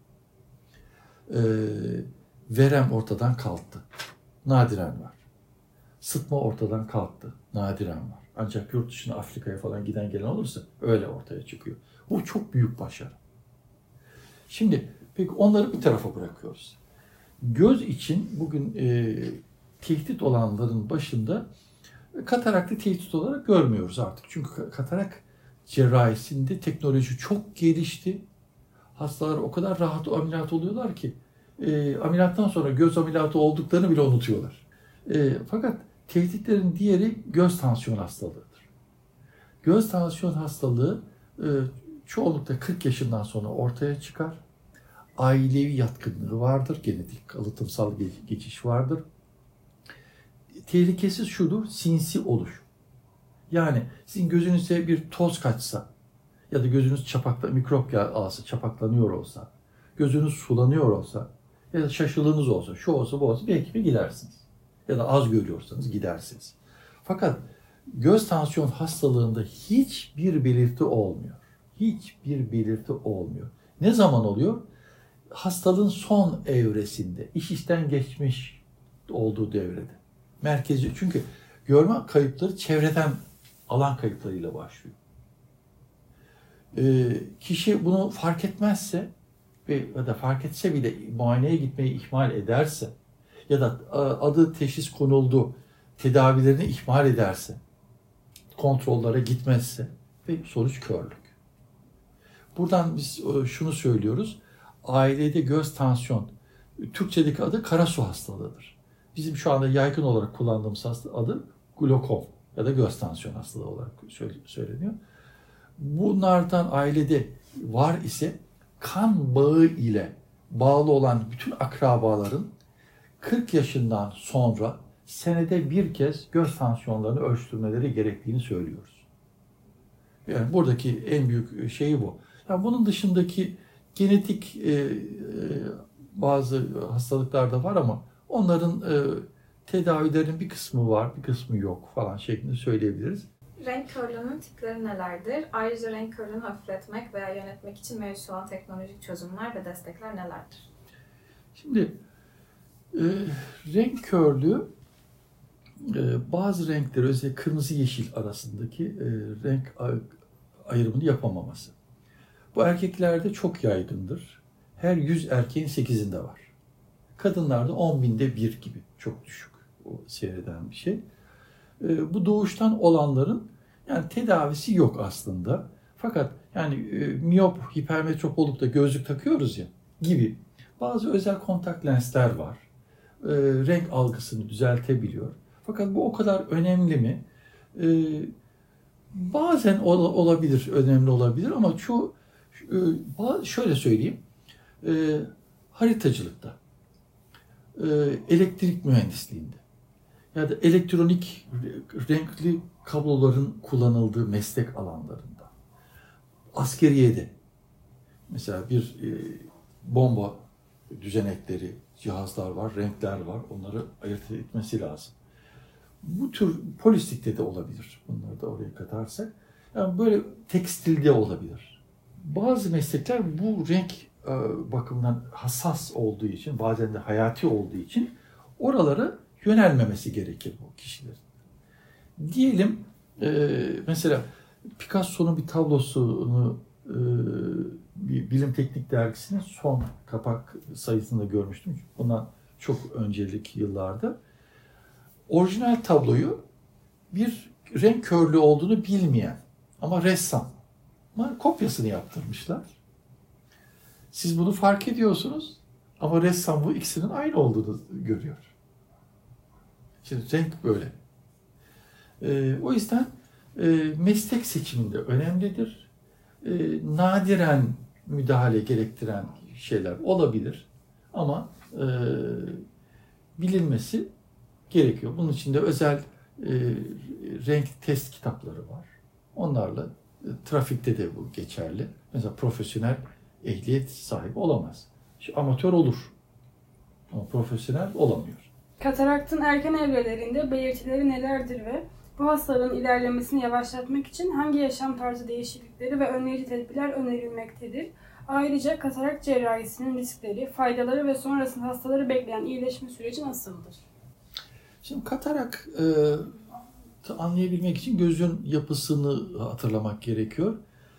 Verem ortadan kalktı. Nadiren var. Sıtma ortadan kalktı. Nadiren var. Ancak yurt dışına, Afrika'ya falan giden gelen olursa öyle ortaya çıkıyor. Bu çok büyük başarı. Şimdi peki onları bir tarafa bırakıyoruz. Göz için bugün tehdit olanların başında kataraktı tehdit olarak görmüyoruz artık. Çünkü katarak cerrahisinde teknoloji çok gelişti. Hastalar o kadar rahat ameliyat oluyorlar ki ameliyattan sonra göz ameliyatı olduklarını bile unutuyorlar. Fakat tehditlerin diğeri göz tansiyon hastalığıdır. Göz tansiyon hastalığı çoğunlukla 40 yaşından sonra ortaya çıkar. Ailevi yatkınlığı vardır, genetik kalıtımsal geçiş vardır. Tehlikesi şudur, sinsi oluş. Yani sizin gözünüze bir toz kaçsa ya da gözünüz mikrop alsa, çapaklanıyor olsa, gözünüz sulanıyor olsa ya da şaşılığınız olsa, şu olsa bu olsa belki bir gidersiniz. Ya da az görüyorsanız gidersiniz. Fakat göz tansiyon hastalığında hiçbir belirti olmuyor. Hiçbir belirti olmuyor. Ne zaman oluyor? Hastalığın son evresinde, iş işten geçmiş olduğu devrede. Merkezi, çünkü görme kayıpları çevreden alan kayıplarıyla başlıyor. Kişi bunu fark etmezse ya da fark etse bile muayeneye gitmeyi ihmal ederse ya da adı teşhis konuldu, tedavilerini ihmal ederse, kontrollere gitmezse ve sonuç körlük. Buradan biz şunu söylüyoruz, ailede göz tansiyon, Türkçedeki adı karasu hastalığıdır. Bizim şu anda yaygın olarak kullandığımız adı glokom ya da göz tansiyon hastalığı olarak söyleniyor. Bunlardan ailede var ise kan bağı ile bağlı olan bütün akrabaların 40 yaşından sonra senede bir kez göz tansiyonlarını ölçtürmeleri gerektiğini söylüyoruz. Yani buradaki en büyük şey bu. Yani bunun dışındaki genetik bazı hastalıklar da var ama onların tedavilerin bir kısmı var, bir kısmı yok falan şeklinde söyleyebiliriz. Renk körlüğünün tipleri nelerdir? Ayrıca renk körlüğünü hafifletmek veya yönetmek için mevcut olan teknolojik çözümler ve destekler nelerdir? Şimdi renk körlüğü bazı renkleri, özellikle kırmızı yeşil arasındaki renk ayrımını yapamaması. Bu erkeklerde çok yaygındır. Her 100 erkeğin 8'inde var. Kadınlarda 10.000'de 1 gibi, çok düşük o seyreden bir şey. Bu doğuştan olanların yani tedavisi yok aslında. Fakat yani miyop, hipermetrop olup da gözlük takıyoruz ya gibi bazı özel kontak lensler var. Renk algısını düzeltebiliyor. Fakat bu o kadar önemli mi? Bazen olabilir, önemli olabilir ama şöyle söyleyeyim. Haritacılıkta, elektrik mühendisliğinde ya da elektronik renkli kabloların kullanıldığı meslek alanlarında, askeriyede mesela bir bomba düzenekleri, cihazlar var, renkler var, onları ayırt etmesi lazım. Bu tür polislikte de olabilir, bunları da oraya katarsak. Yani böyle tekstilde olabilir. Bazı meslekler bu renk bakımından hassas olduğu için, bazen de hayati olduğu için oralara yönelmemesi gerekir bu kişilerin. Diyelim mesela Picasso'nun bir tablosunu bir Bilim Teknik Dergisi'nin son kapak sayısında görmüştüm. Bundan çok öncelik yıllarda. Orijinal tabloyu bir renk körlüğü olduğunu bilmeyen ama ressam kopyasını yaptırmışlar. Siz bunu fark ediyorsunuz ama ressam bu ikisinin aynı olduğunu görüyor. Şimdi renk böyle. O yüzden Meslek seçiminde önemlidir. Nadiren müdahale gerektiren şeyler olabilir ama bilinmesi gerekiyor. Bunun için de özel renk test kitapları var. Onlarla trafikte de bu geçerli. Mesela profesyonel ehliyet sahibi olamaz. Amatör olur ama profesyonel olamıyor. Kataraktın erken evrelerinde belirtileri nelerdir ve bu hastalığın ilerlemesini yavaşlatmak için hangi yaşam tarzı değişiklikleri ve önleyici tedbirler önerilmektedir? Ayrıca katarakt cerrahisinin riskleri, faydaları ve sonrasında hastaları bekleyen iyileşme süreci nasıldır? Şimdi katarak anlayabilmek için gözün yapısını hatırlamak gerekiyor.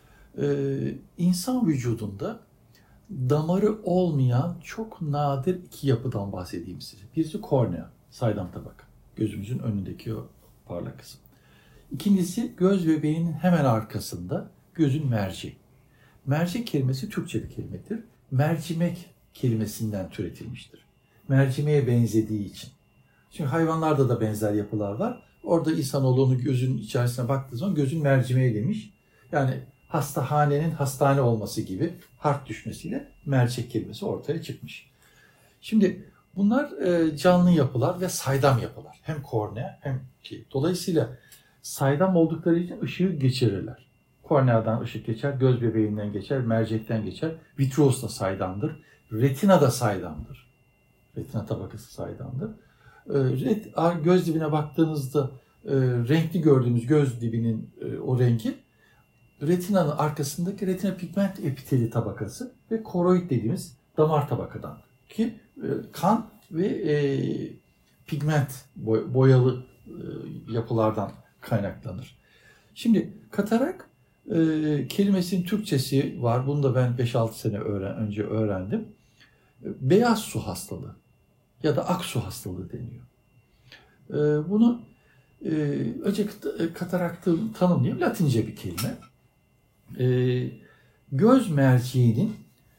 İnsan vücudunda damarı olmayan çok nadir iki yapıdan bahsedeyim size. Birisi kornea, saydam tabaka. Gözümüzün önündeki o parlak kısım. İkincisi göz bebeğinin hemen arkasında gözün merceği. Mercek kelimesi Türkçe bir kelimedir. Mercimek kelimesinden türetilmiştir. Mercimeğe benzediği için. Çünkü hayvanlarda da benzer yapılar var. Orada insanoğlu gözün içerisine baktığı zaman gözün mercimeği demiş. Yani hastahanenin hastane olması gibi harf düşmesiyle mercek kelimesi ortaya çıkmış. Şimdi bunlar canlı yapılar ve saydam yapılar. Hem kornea hem ki. Dolayısıyla saydam oldukları için ışığı geçirirler. Korneadan ışık geçer, göz bebeğinden geçer, mercekten geçer. Vitreous da saydamdır. Retina da saydamdır. Retina tabakası saydamdır. Göz dibine baktığınızda renkli gördüğümüz göz dibinin o rengi retinanın arkasındaki retina pigment epiteli tabakası ve koroid dediğimiz damar tabakadan ki kan ve pigment boyalı yapılardan kaynaklanır. Şimdi katarak kelimesinin Türkçesi var. Bunu da ben 5-6 sene önce öğrendim. Beyaz su hastalığı ya da aksu hastalığı deniyor. Bunu önce kataraktı tanımlayayım. Latince bir kelime. Göz merceğinin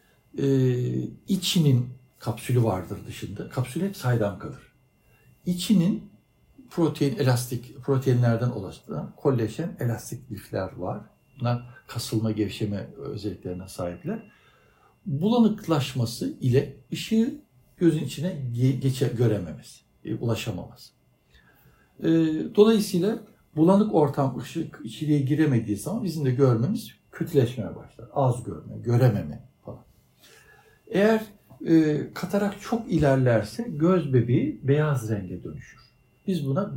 içinin kapsülü vardır dışında. Kapsül hep saydam kalır. İçinin proteinlerden oluşan kollajen elastik lifler var. Bunlar kasılma, gevşeme özelliklerine sahipler. Bulanıklaşması ile ışığı gözün içine görememesi, ulaşamaması. Dolayısıyla bulanık ortam ışık içeriye giremediği zaman bizim de görmemiz kötüleşmeye başlar. Az görme, görememe falan. Eğer katarak çok ilerlerse göz bebeği beyaz renge dönüşür. Biz buna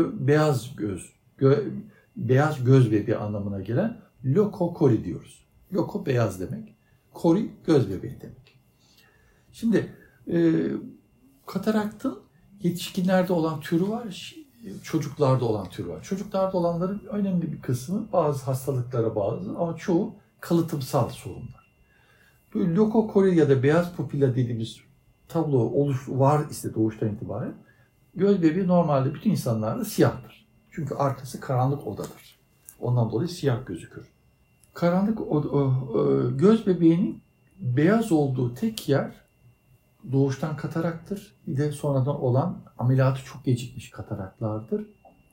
beyaz göz bebeği anlamına gelen lokokori diyoruz. Loko beyaz demek, kori göz bebeği demek. Şimdi kataraktın yetişkinlerde olan türü var, çocuklarda olan türü var. Çocuklarda olanların önemli bir kısmı bazı hastalıklara bağlı ama çoğu kalıtımsal sorunlar. Bu lokokori ya da beyaz pupilla dediğimiz tablo var ise doğuştan itibaren göz bebeği normalde bütün insanlarda siyahtır. Çünkü arkası karanlık odadır. Ondan dolayı siyah gözükür. Karanlık göz bebeğinin beyaz olduğu tek yer doğuştan kataraktır. Bir de sonradan olan ameliyatı çok gecikmiş kataraklardır.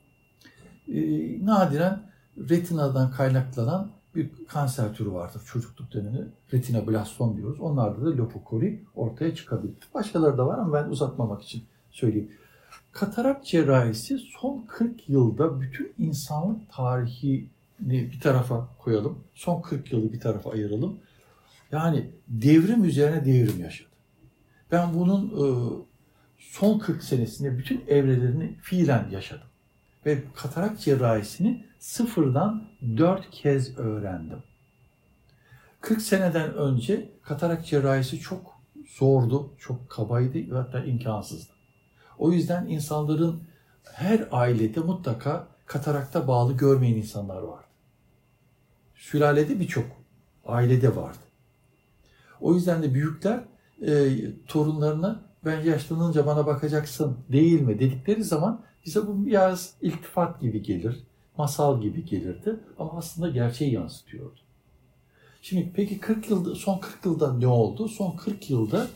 Nadiren retinadan kaynaklanan bir kanser türü vardır. Çocukluk dönemi retinoblastom diyoruz. Onlarda da lokokori ortaya çıkabilir. Başkaları da var ama ben uzatmamak için söyleyeyim. Katarak cerrahisi son 40 yılda bütün insanlık tarihini bir tarafa koyalım. Son 40 yılı bir tarafa ayıralım. Yani devrim üzerine devrim yaşadı. Ben bunun son 40 senesinde bütün evrelerini fiilen yaşadım. Ve katarak cerrahisini sıfırdan 4 kez öğrendim. 40 seneden önce katarak cerrahisi çok zordu, çok kabaydı ve hatta imkansızdı. O yüzden insanların her ailede mutlaka katarakta bağlı görmeyen insanlar vardı. Sülalede birçok ailede vardı. O yüzden de büyükler torunlarına ben yaşlanınca bana bakacaksın değil mi dedikleri zaman bize bu biraz iltifat gibi gelir, masal gibi gelirdi ama aslında gerçeği yansıtıyordu. Şimdi peki son 40 yılda ne oldu? Son 40 yılda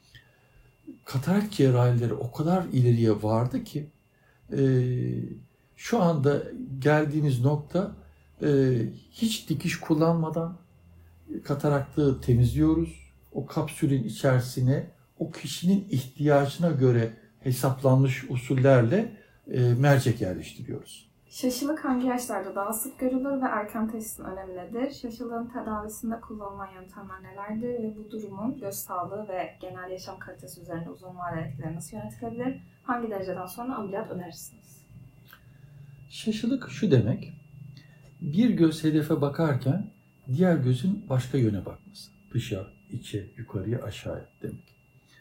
katarak cerrahileri o kadar ileriye vardı ki Şu anda geldiğimiz nokta hiç dikiş kullanmadan kataraktı temizliyoruz. O kapsülün içerisine o kişinin ihtiyacına göre hesaplanmış usullerle mercek yerleştiriyoruz. Şaşılık hangi yaşlarda daha sık görülür ve erken teşhisin önemi nedir? Şaşılığın tedavisinde kullanılan yöntemler nelerdir ve bu durumun göz sağlığı ve genel yaşam kalitesi üzerinde uzun vadeli etkileri nasıl yönetilebilir? Hangi dereceden sonra ameliyat önerirsiniz? Şaşılık şu demek, bir göz hedefe bakarken diğer gözün başka yöne bakması. Dışa, içe, yukarıya, aşağıya demek.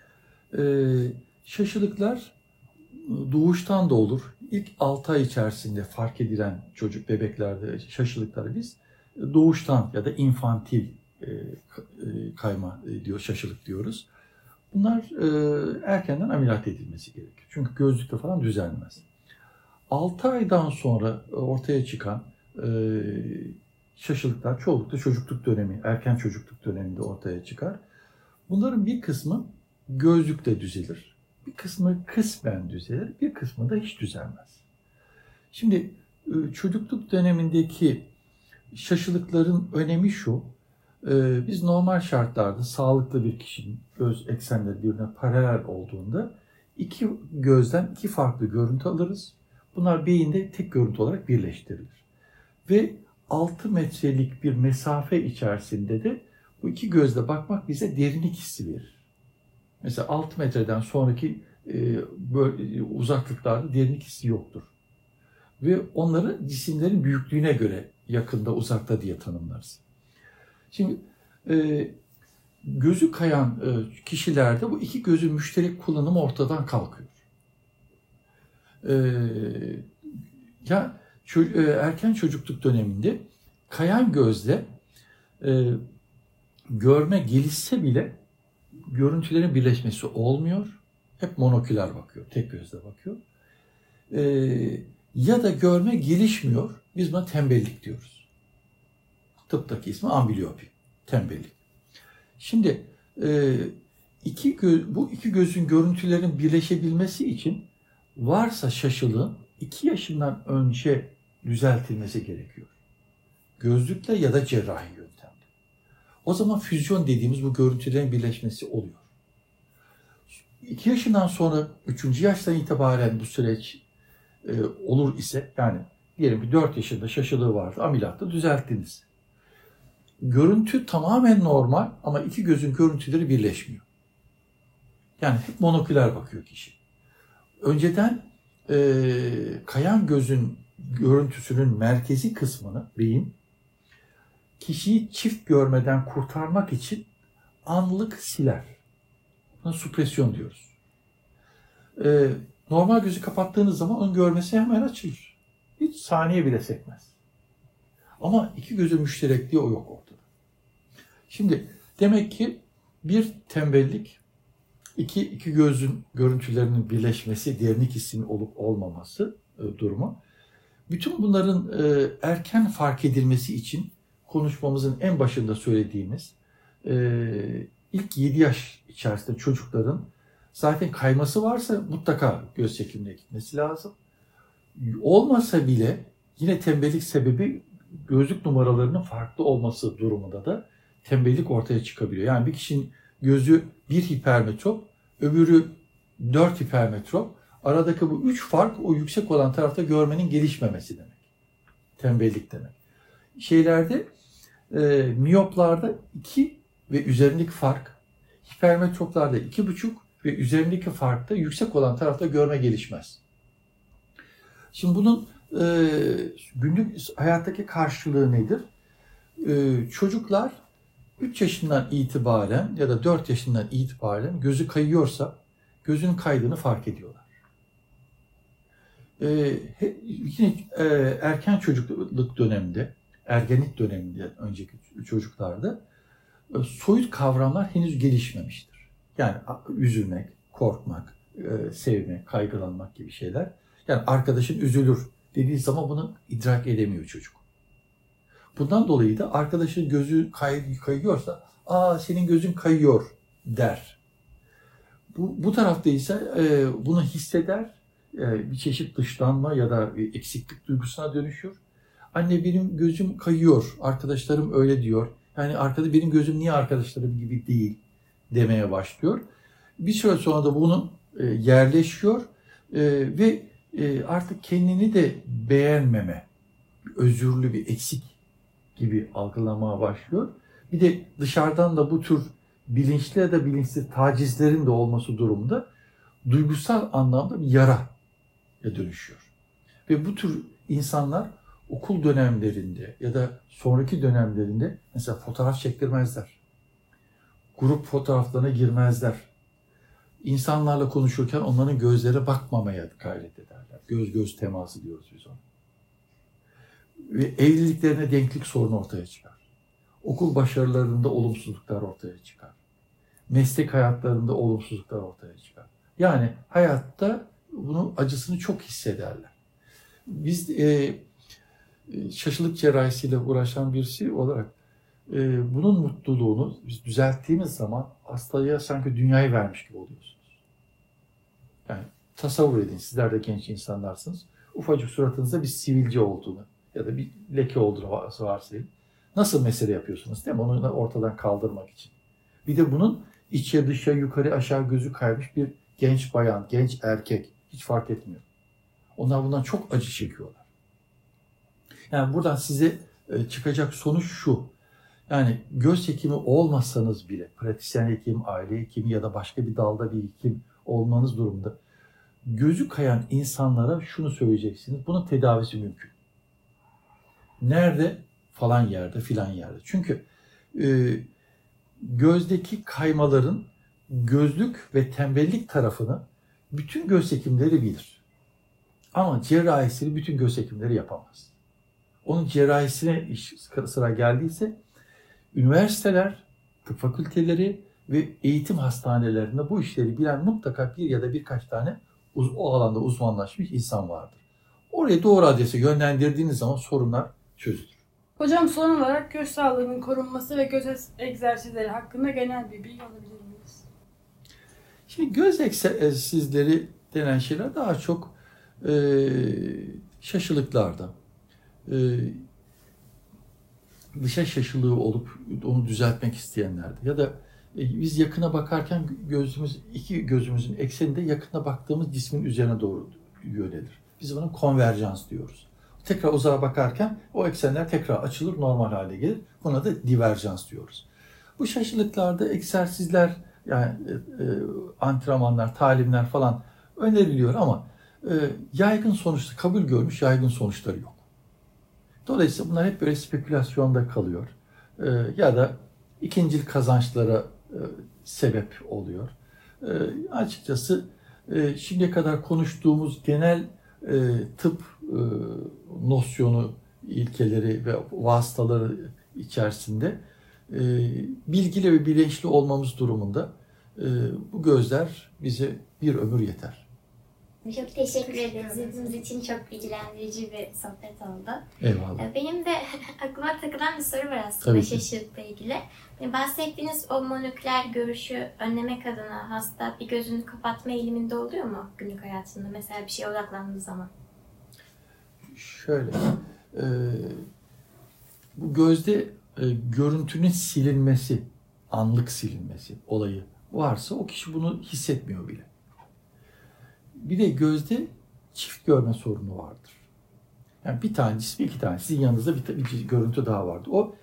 Şaşılıklar doğuştan da olur. İlk 6 ay içerisinde fark edilen bebeklerde şaşılıkları biz doğuştan ya da infantil kayma şaşılık diyoruz. Bunlar erkenden ameliyat edilmesi gerekir. Çünkü gözlükle falan düzelmez. 6 aydan sonra ortaya çıkan şaşılıklar çoğunlukla çocukluk dönemi, erken çocukluk döneminde ortaya çıkar. Bunların bir kısmı gözlükle düzelir. Bir kısmı kısmen düzelir, bir kısmı da hiç düzelmez. Şimdi çocukluk dönemindeki şaşılıkların önemi şu, biz normal şartlarda sağlıklı bir kişinin göz eksenleri birbirine paralel olduğunda iki gözden iki farklı görüntü alırız. Bunlar beyinde tek görüntü olarak birleştirilir. Ve 6 metrelik bir mesafe içerisinde de bu iki gözle bakmak bize derinlik hissi verir. Mesela 6 metreden sonraki uzaklıklarda derinlik hissi yoktur. Ve onları cisimlerin büyüklüğüne göre yakında, uzakta diye tanımlarız. Şimdi gözü kayan kişilerde bu iki gözün müşterek kullanımı ortadan kalkıyor. Erken çocukluk döneminde kayan gözle görme gelişse bile görüntülerin birleşmesi olmuyor. Hep monoküler bakıyor, tek gözle bakıyor. Ya da görme gelişmiyor. Biz buna tembellik diyoruz. Tıptaki ismi ambliyopi, tembellik. Şimdi bu iki gözün görüntülerin birleşebilmesi için varsa şaşılığın 2 yaşından önce düzeltilmesi gerekiyor. Gözlükle ya da cerrahi yöntemle. O zaman füzyon dediğimiz bu görüntülerin birleşmesi oluyor. 2 yaşından sonra 3. yaştan itibaren bu süreç olur ise, yani diyelim ki 4 yaşında şaşılığı vardı, ameliyatta düzelttiniz. Görüntü tamamen normal ama iki gözün görüntüleri birleşmiyor. Yani hep monoküler bakıyor kişi. Önceden kayan gözün görüntüsünün merkezi kısmını, beyin, kişiyi çift görmeden kurtarmak için anlık siler. Buna supresyon diyoruz. Normal gözü kapattığınız zaman onun görmesi hemen açılır. Hiç saniye bile sekmez. Ama iki gözün müşterekliği o yok ortada. Şimdi demek ki bir tembellik, iki gözün görüntülerinin birleşmesi, derinlik hissinin olup olmaması durumu. Bütün bunların erken fark edilmesi için konuşmamızın en başında söylediğimiz ilk 7 yaş içerisinde çocukların zaten kayması varsa mutlaka göz hekimine gitmesi lazım. Olmasa bile yine tembellik sebebi gözlük numaralarının farklı olması durumunda da tembellik ortaya çıkabiliyor. Yani bir kişinin gözü 1 hipermetrop, öbürü 4 hipermetrop. Aradaki bu 3 fark o yüksek olan tarafta görmenin gelişmemesi demek. Tembellik demek. Miyoplarda 2 ve üzerindeki fark, hipermetroplarda 2,5 ve üzerindeki farkta yüksek olan tarafta görme gelişmez. Şimdi bunun günlük hayattaki karşılığı nedir? Çocuklar 3 yaşından itibaren ya da 4 yaşından itibaren gözü kayıyorsa gözünün kaydığını fark ediyorlar. Yine erken çocukluk döneminde, ergenlik döneminde önceki çocuklarda soyut kavramlar henüz gelişmemiştir. Yani üzülmek, korkmak, sevmek, kaygılanmak gibi şeyler. Yani arkadaşın üzülür dediği zaman bunu idrak edemiyor çocuk. Bundan dolayı da arkadaşın gözü kayıyorsa, senin gözün kayıyor der. Bu tarafta ise bunu hisseder bir çeşit dışlanma ya da bir eksiklik duygusuna dönüşüyor. Anne benim gözüm kayıyor, arkadaşlarım öyle diyor. Yani benim gözüm niye arkadaşlarım gibi değil demeye başlıyor. Bir süre sonra da bunu yerleşiyor ve artık kendini de beğenmeme, özürlü bir eksik gibi algılamaya başlıyor. Bir de dışarıdan da bu tür bilinçli ya da bilinçsiz tacizlerin de olması durumunda duygusal anlamda bir yaraya dönüşüyor. Ve bu tür insanlar okul dönemlerinde ya da sonraki dönemlerinde mesela fotoğraf çektirmezler. Grup fotoğraflarına girmezler. İnsanlarla konuşurken onların gözlere bakmamaya gayret ederler. Göz göz teması diyoruz biz ona. Ve evliliklerine denklik sorunu ortaya çıkar. Okul başarılarında olumsuzluklar ortaya çıkar. Meslek hayatlarında olumsuzluklar ortaya çıkar. Yani hayatta bunun acısını çok hissederler. Biz şaşılık cerrahisiyle uğraşan birisi olarak bunun mutluluğunu biz düzelttiğimiz zaman hastaya sanki dünyayı vermiş gibi oluyorsunuz. Yani tasavvur edin, sizler de genç insanlarsınız. Ufacık suratınızda bir sivilce olduğunu ya da bir leke olduğunu varsayın. Nasıl mesele yapıyorsunuz değil mi? Onu ortadan kaldırmak için. Bir de bunun içe dışa yukarı aşağı gözü kaymış bir genç bayan, genç erkek hiç fark etmiyor. Onlar bundan çok acı çekiyorlar. Yani buradan size çıkacak sonuç şu. Yani göz hekimi olmasanız bile, pratisyen hekim, aile hekimi ya da başka bir dalda bir hekim olmanız durumunda gözü kayan insanlara şunu söyleyeceksiniz. Bunun tedavisi mümkün. Nerede? Falan yerde, filan yerde. Çünkü gözdeki kaymaların gözlük ve tembellik tarafını bütün göz hekimleri bilir. Ama cerrahisini bütün göz hekimleri yapamaz. Onun cerrahisine sıra geldiyse üniversiteler, tıp fakülteleri ve eğitim hastanelerinde bu işleri bilen mutlaka bir ya da birkaç tane o alanda uzmanlaşmış insan vardır. Oraya doğru adrese yönlendirdiğiniz zaman sorunlar çözülür. Hocam son olarak göz sağlığının korunması ve göz egzersizleri hakkında genel bir bilgi alabilir miyiz? Şimdi göz egzersizleri denen şeyler daha çok şaşılıklarda, dışa şaşılığı olup onu düzeltmek isteyenlerde ya da biz yakına bakarken iki gözümüzün ekseninde yakına baktığımız cismin üzerine doğru yönelir. Biz buna konverjans diyoruz. Tekrar uzağa bakarken o eksenler tekrar açılır, normal hale gelir. Buna da diverjans diyoruz. Bu şaşılıklarda egzersizler, yani antrenmanlar, talimler falan öneriliyor ama yaygın sonuçta kabul görmüş yaygın sonuçları yok. Dolayısıyla bunlar hep böyle spekülasyonda kalıyor. Ya da ikincil kazançlara sebep oluyor. Açıkçası şimdiye kadar konuştuğumuz genel tıp nosyonu, ilkeleri ve vasıtaları içerisinde bilgili ve bilinçli olmamız durumunda bu gözler bize bir ömür yeter. Çok teşekkür ederiz. Sizin için çok bilgilendirici bir sohbet oldu. Eyvallah. Benim de aklıma takılan bir soru var aslında Tabii ki. şaşılıkla ilgili. Bahsettiğiniz o monoküler görüşü önlemek adına hasta bir gözünü kapatma eğiliminde oluyor mu günlük hayatında? Mesela bir şeye odaklandığı zaman. Şöyle, bu gözde görüntünün silinmesi, anlık silinmesi olayı varsa o kişi bunu hissetmiyor bile. Bir de gözde çift görme sorunu vardır. Yani bir tane cisim, iki tane. Sizin yanınızda bir görüntü daha vardır. O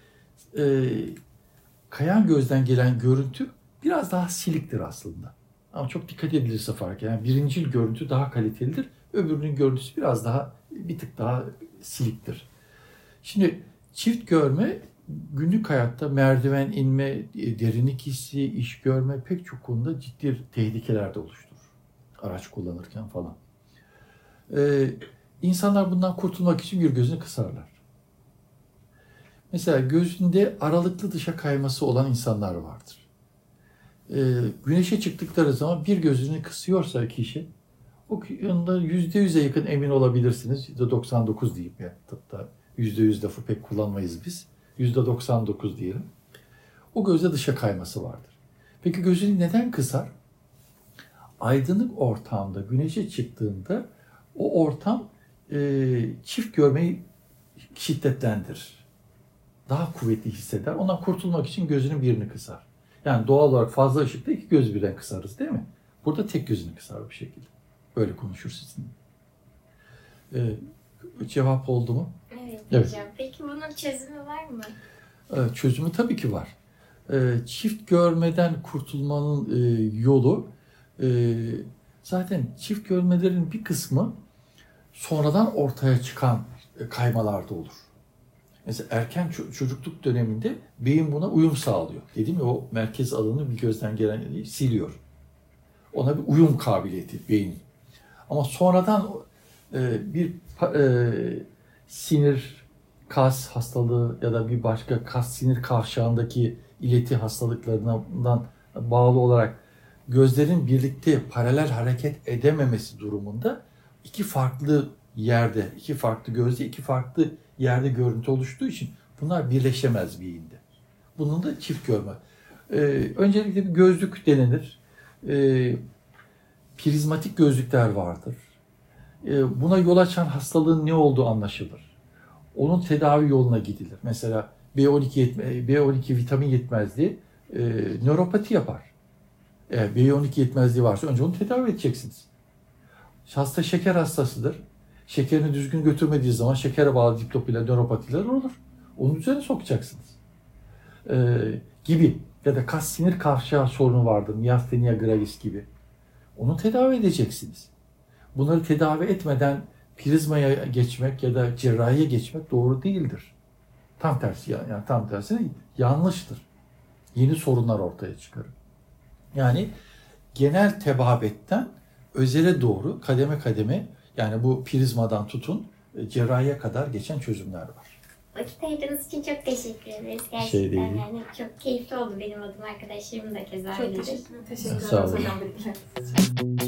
kayan gözden gelen görüntü biraz daha siliktir aslında. Ama çok dikkat edilirse fark eder. Yani birincil görüntü daha kalitelidir. Öbürünün görüntüsü biraz daha, bir tık daha siliktir. Şimdi çift görme günlük hayatta merdiven inme, derinlik hissi, iş görme pek çok konuda ciddi tehlikeler de oluşturur. Araç kullanırken falan. İnsanlar bundan kurtulmak için bir gözünü kısarlar. Mesela gözünde aralıklı dışa kayması olan insanlar vardır. Güneşe çıktıkları zaman bir gözünü kısıyorsa kişi, o konuda %100'e yakın emin olabilirsiniz. %99 diyeyim yani. Tıpta %100 lafı pek kullanmayız biz. %99 diyelim. O gözde dışa kayması vardır. Peki gözünü neden kısar? Aydınlık ortamda güneşe çıktığında O ortam çift görmeyi şiddetlendirir. Daha kuvvetli hisseder. Ondan kurtulmak için gözünün birini kısar. Yani doğal olarak fazla ışıkta iki göz birden kısarız değil mi? Burada tek gözünü kısar bir şekilde. Böyle konuşur sizinle. Cevap oldu mu? Evet hocam. Peki bunun çözümü var mı? Çözümü tabii ki var. Çift görmeden kurtulmanın yolu zaten çift görmelerin bir kısmı sonradan ortaya çıkan kaymalarda olur. Mesela erken çocukluk döneminde beyin buna uyum sağlıyor. Dedim ya, o merkez alanı bir gözden gelen siliyor. Ona bir uyum kabiliyeti beyin. Ama sonradan bir sinir, kas hastalığı ya da bir başka kas sinir kavşağındaki ileti hastalıklarından bağlı olarak gözlerin birlikte paralel hareket edememesi durumunda iki farklı yerde, iki farklı gözde, iki farklı yerde görüntü oluştuğu için bunlar birleşemez beyinde. Bunun da çift görme. Öncelikle bir gözlük denenir. Prizmatik gözlükler vardır. Buna yol açan hastalığın ne olduğu anlaşılır. Onun tedavi yoluna gidilir. Mesela B12 vitamin yetmezliği nöropati yapar. Eğer B12 yetmezliği varsa önce onu tedavi edeceksiniz. Hasta şeker hastasıdır. Şekerini düzgün götürmediği zaman şekere bağlı diplopila nöropatiler olur. Onun üzerine sokacaksınız. Gibi. Ya da kas sinir kavşağı sorunu vardır. Myasthenia gravis gibi. Onu tedavi edeceksiniz. Bunları tedavi etmeden prizmaya geçmek ya da cerrahiye geçmek doğru değildir. Tam tersi, yani tam tersine yanlıştır. Yeni sorunlar ortaya çıkarır. Yani genel tebabetten özele doğru kademe kademe, yani bu prizmadan tutun cerrahiye kadar geçen çözümler var. Vakit ayırdığınız için çok teşekkür ederiz. Gerçekten Şey değil. yani çok keyifli oldu benim adım, arkadaşlarım da keza Çok öyledir. teşekkür ederim Sağ olun. hocam bilgileriniz için.